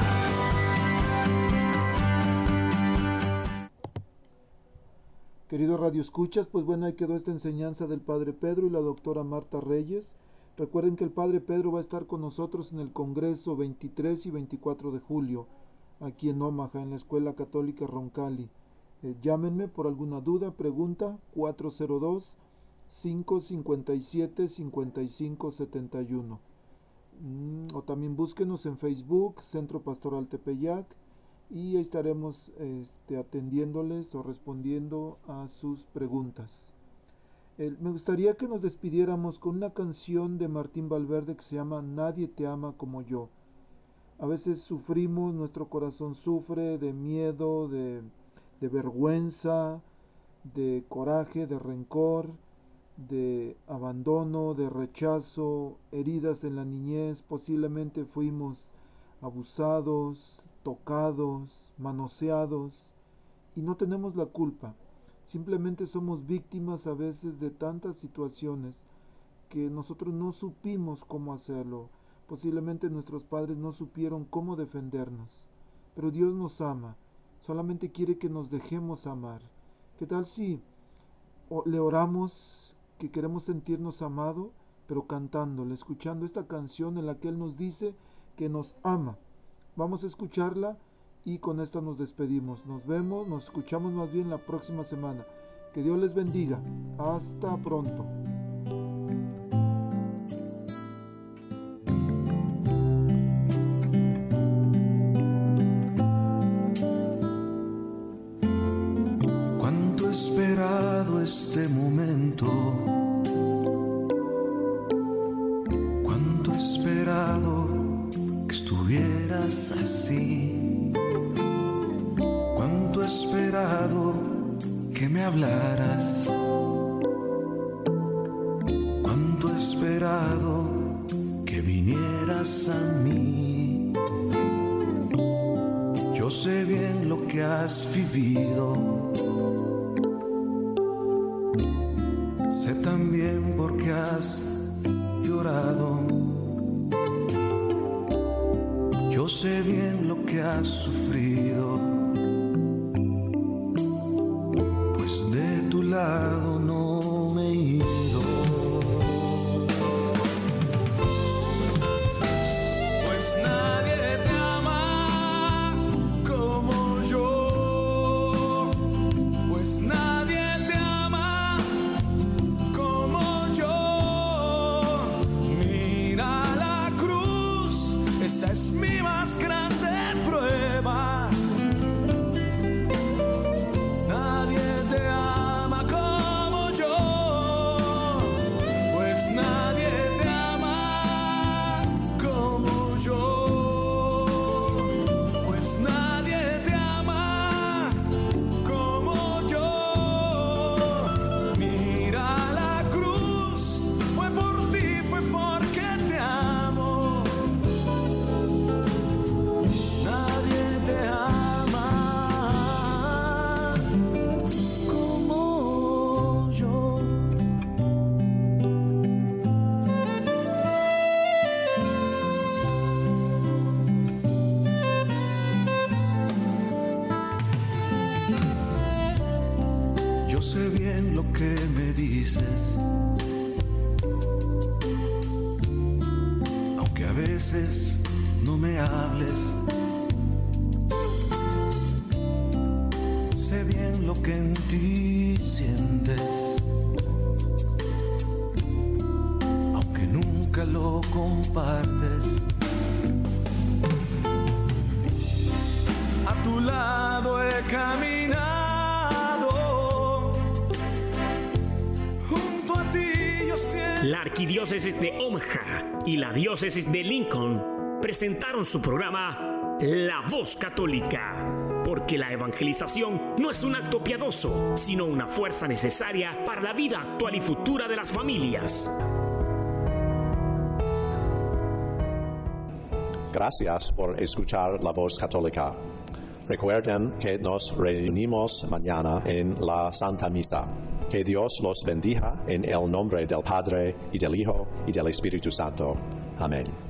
C: Queridos radioescuchas, pues bueno, ahí quedó esta enseñanza del Padre Pedro y la doctora Marta Reyes. Recuerden que el Padre Pedro va a estar con nosotros en el Congreso veintitrés y veinticuatro de julio, aquí en Omaha, en la Escuela Católica Roncalli. Eh, llámenme por alguna duda, pregunta, cuatro cero dos, cinco cinco siete, cinco cinco siete uno. O también búsquenos en Facebook, Centro Pastoral Tepeyac, y ahí estaremos este, atendiéndoles o respondiendo a sus preguntas. Eh, me gustaría que nos despidiéramos con una canción de Martín Valverde que se llama Nadie te ama como yo. A veces sufrimos, nuestro corazón sufre de miedo, de, de vergüenza, de coraje, de rencor, de abandono, de rechazo, heridas en la niñez. Posiblemente fuimos abusados, tocados, manoseados y no tenemos la culpa. Simplemente somos víctimas a veces de tantas situaciones que nosotros no supimos cómo hacerlo. Posiblemente nuestros padres no supieron cómo defendernos. Pero Dios nos ama, solamente quiere que nos dejemos amar. ¿Qué tal si le oramos que queremos sentirnos amados, pero cantándole, escuchando esta canción en la que Él nos dice que nos ama? Vamos a escucharla y con esta nos despedimos. Nos vemos, nos escuchamos más bien la próxima semana. Que Dios les bendiga. Hasta pronto.
H: Cuánto he esperado este momento. Cuánto he esperado que estuvieras así. Cuánto he esperado que me hablaras. Cuánto he esperado que vinieras a mí. Yo sé bien lo que has vivido. Sé también por qué has llorado. Yo sé bien lo que has sufrido, pues de tu lado no me he ido. Pues nadie te ama como yo, pues nadie te ama como yo. Mira la cruz, esa es mi más grande prueba. Nadie te ama como yo, pues nadie te ama como yo, pues nadie te ama como yo. Mira la cruz, fue por ti, fue porque te amo. Nadie te ama como yo. Yo sé bien lo que me dices, aunque a veces no no me hables. Sé bien lo que en ti sientes, aunque nunca lo compartes. A tu lado he caminado, junto a ti yo siempre.
A: La Arquidiócesis de Omaha y la Diócesis de Lincoln presentaron su programa La Voz Católica, porque la evangelización no es un acto piadoso, sino una fuerza necesaria para la vida actual y futura de las familias.
B: Gracias por escuchar La Voz Católica. Recuerden que nos reunimos mañana en la Santa Misa. Que Dios los bendiga en el nombre del Padre, y del Hijo, y del Espíritu Santo. Amén.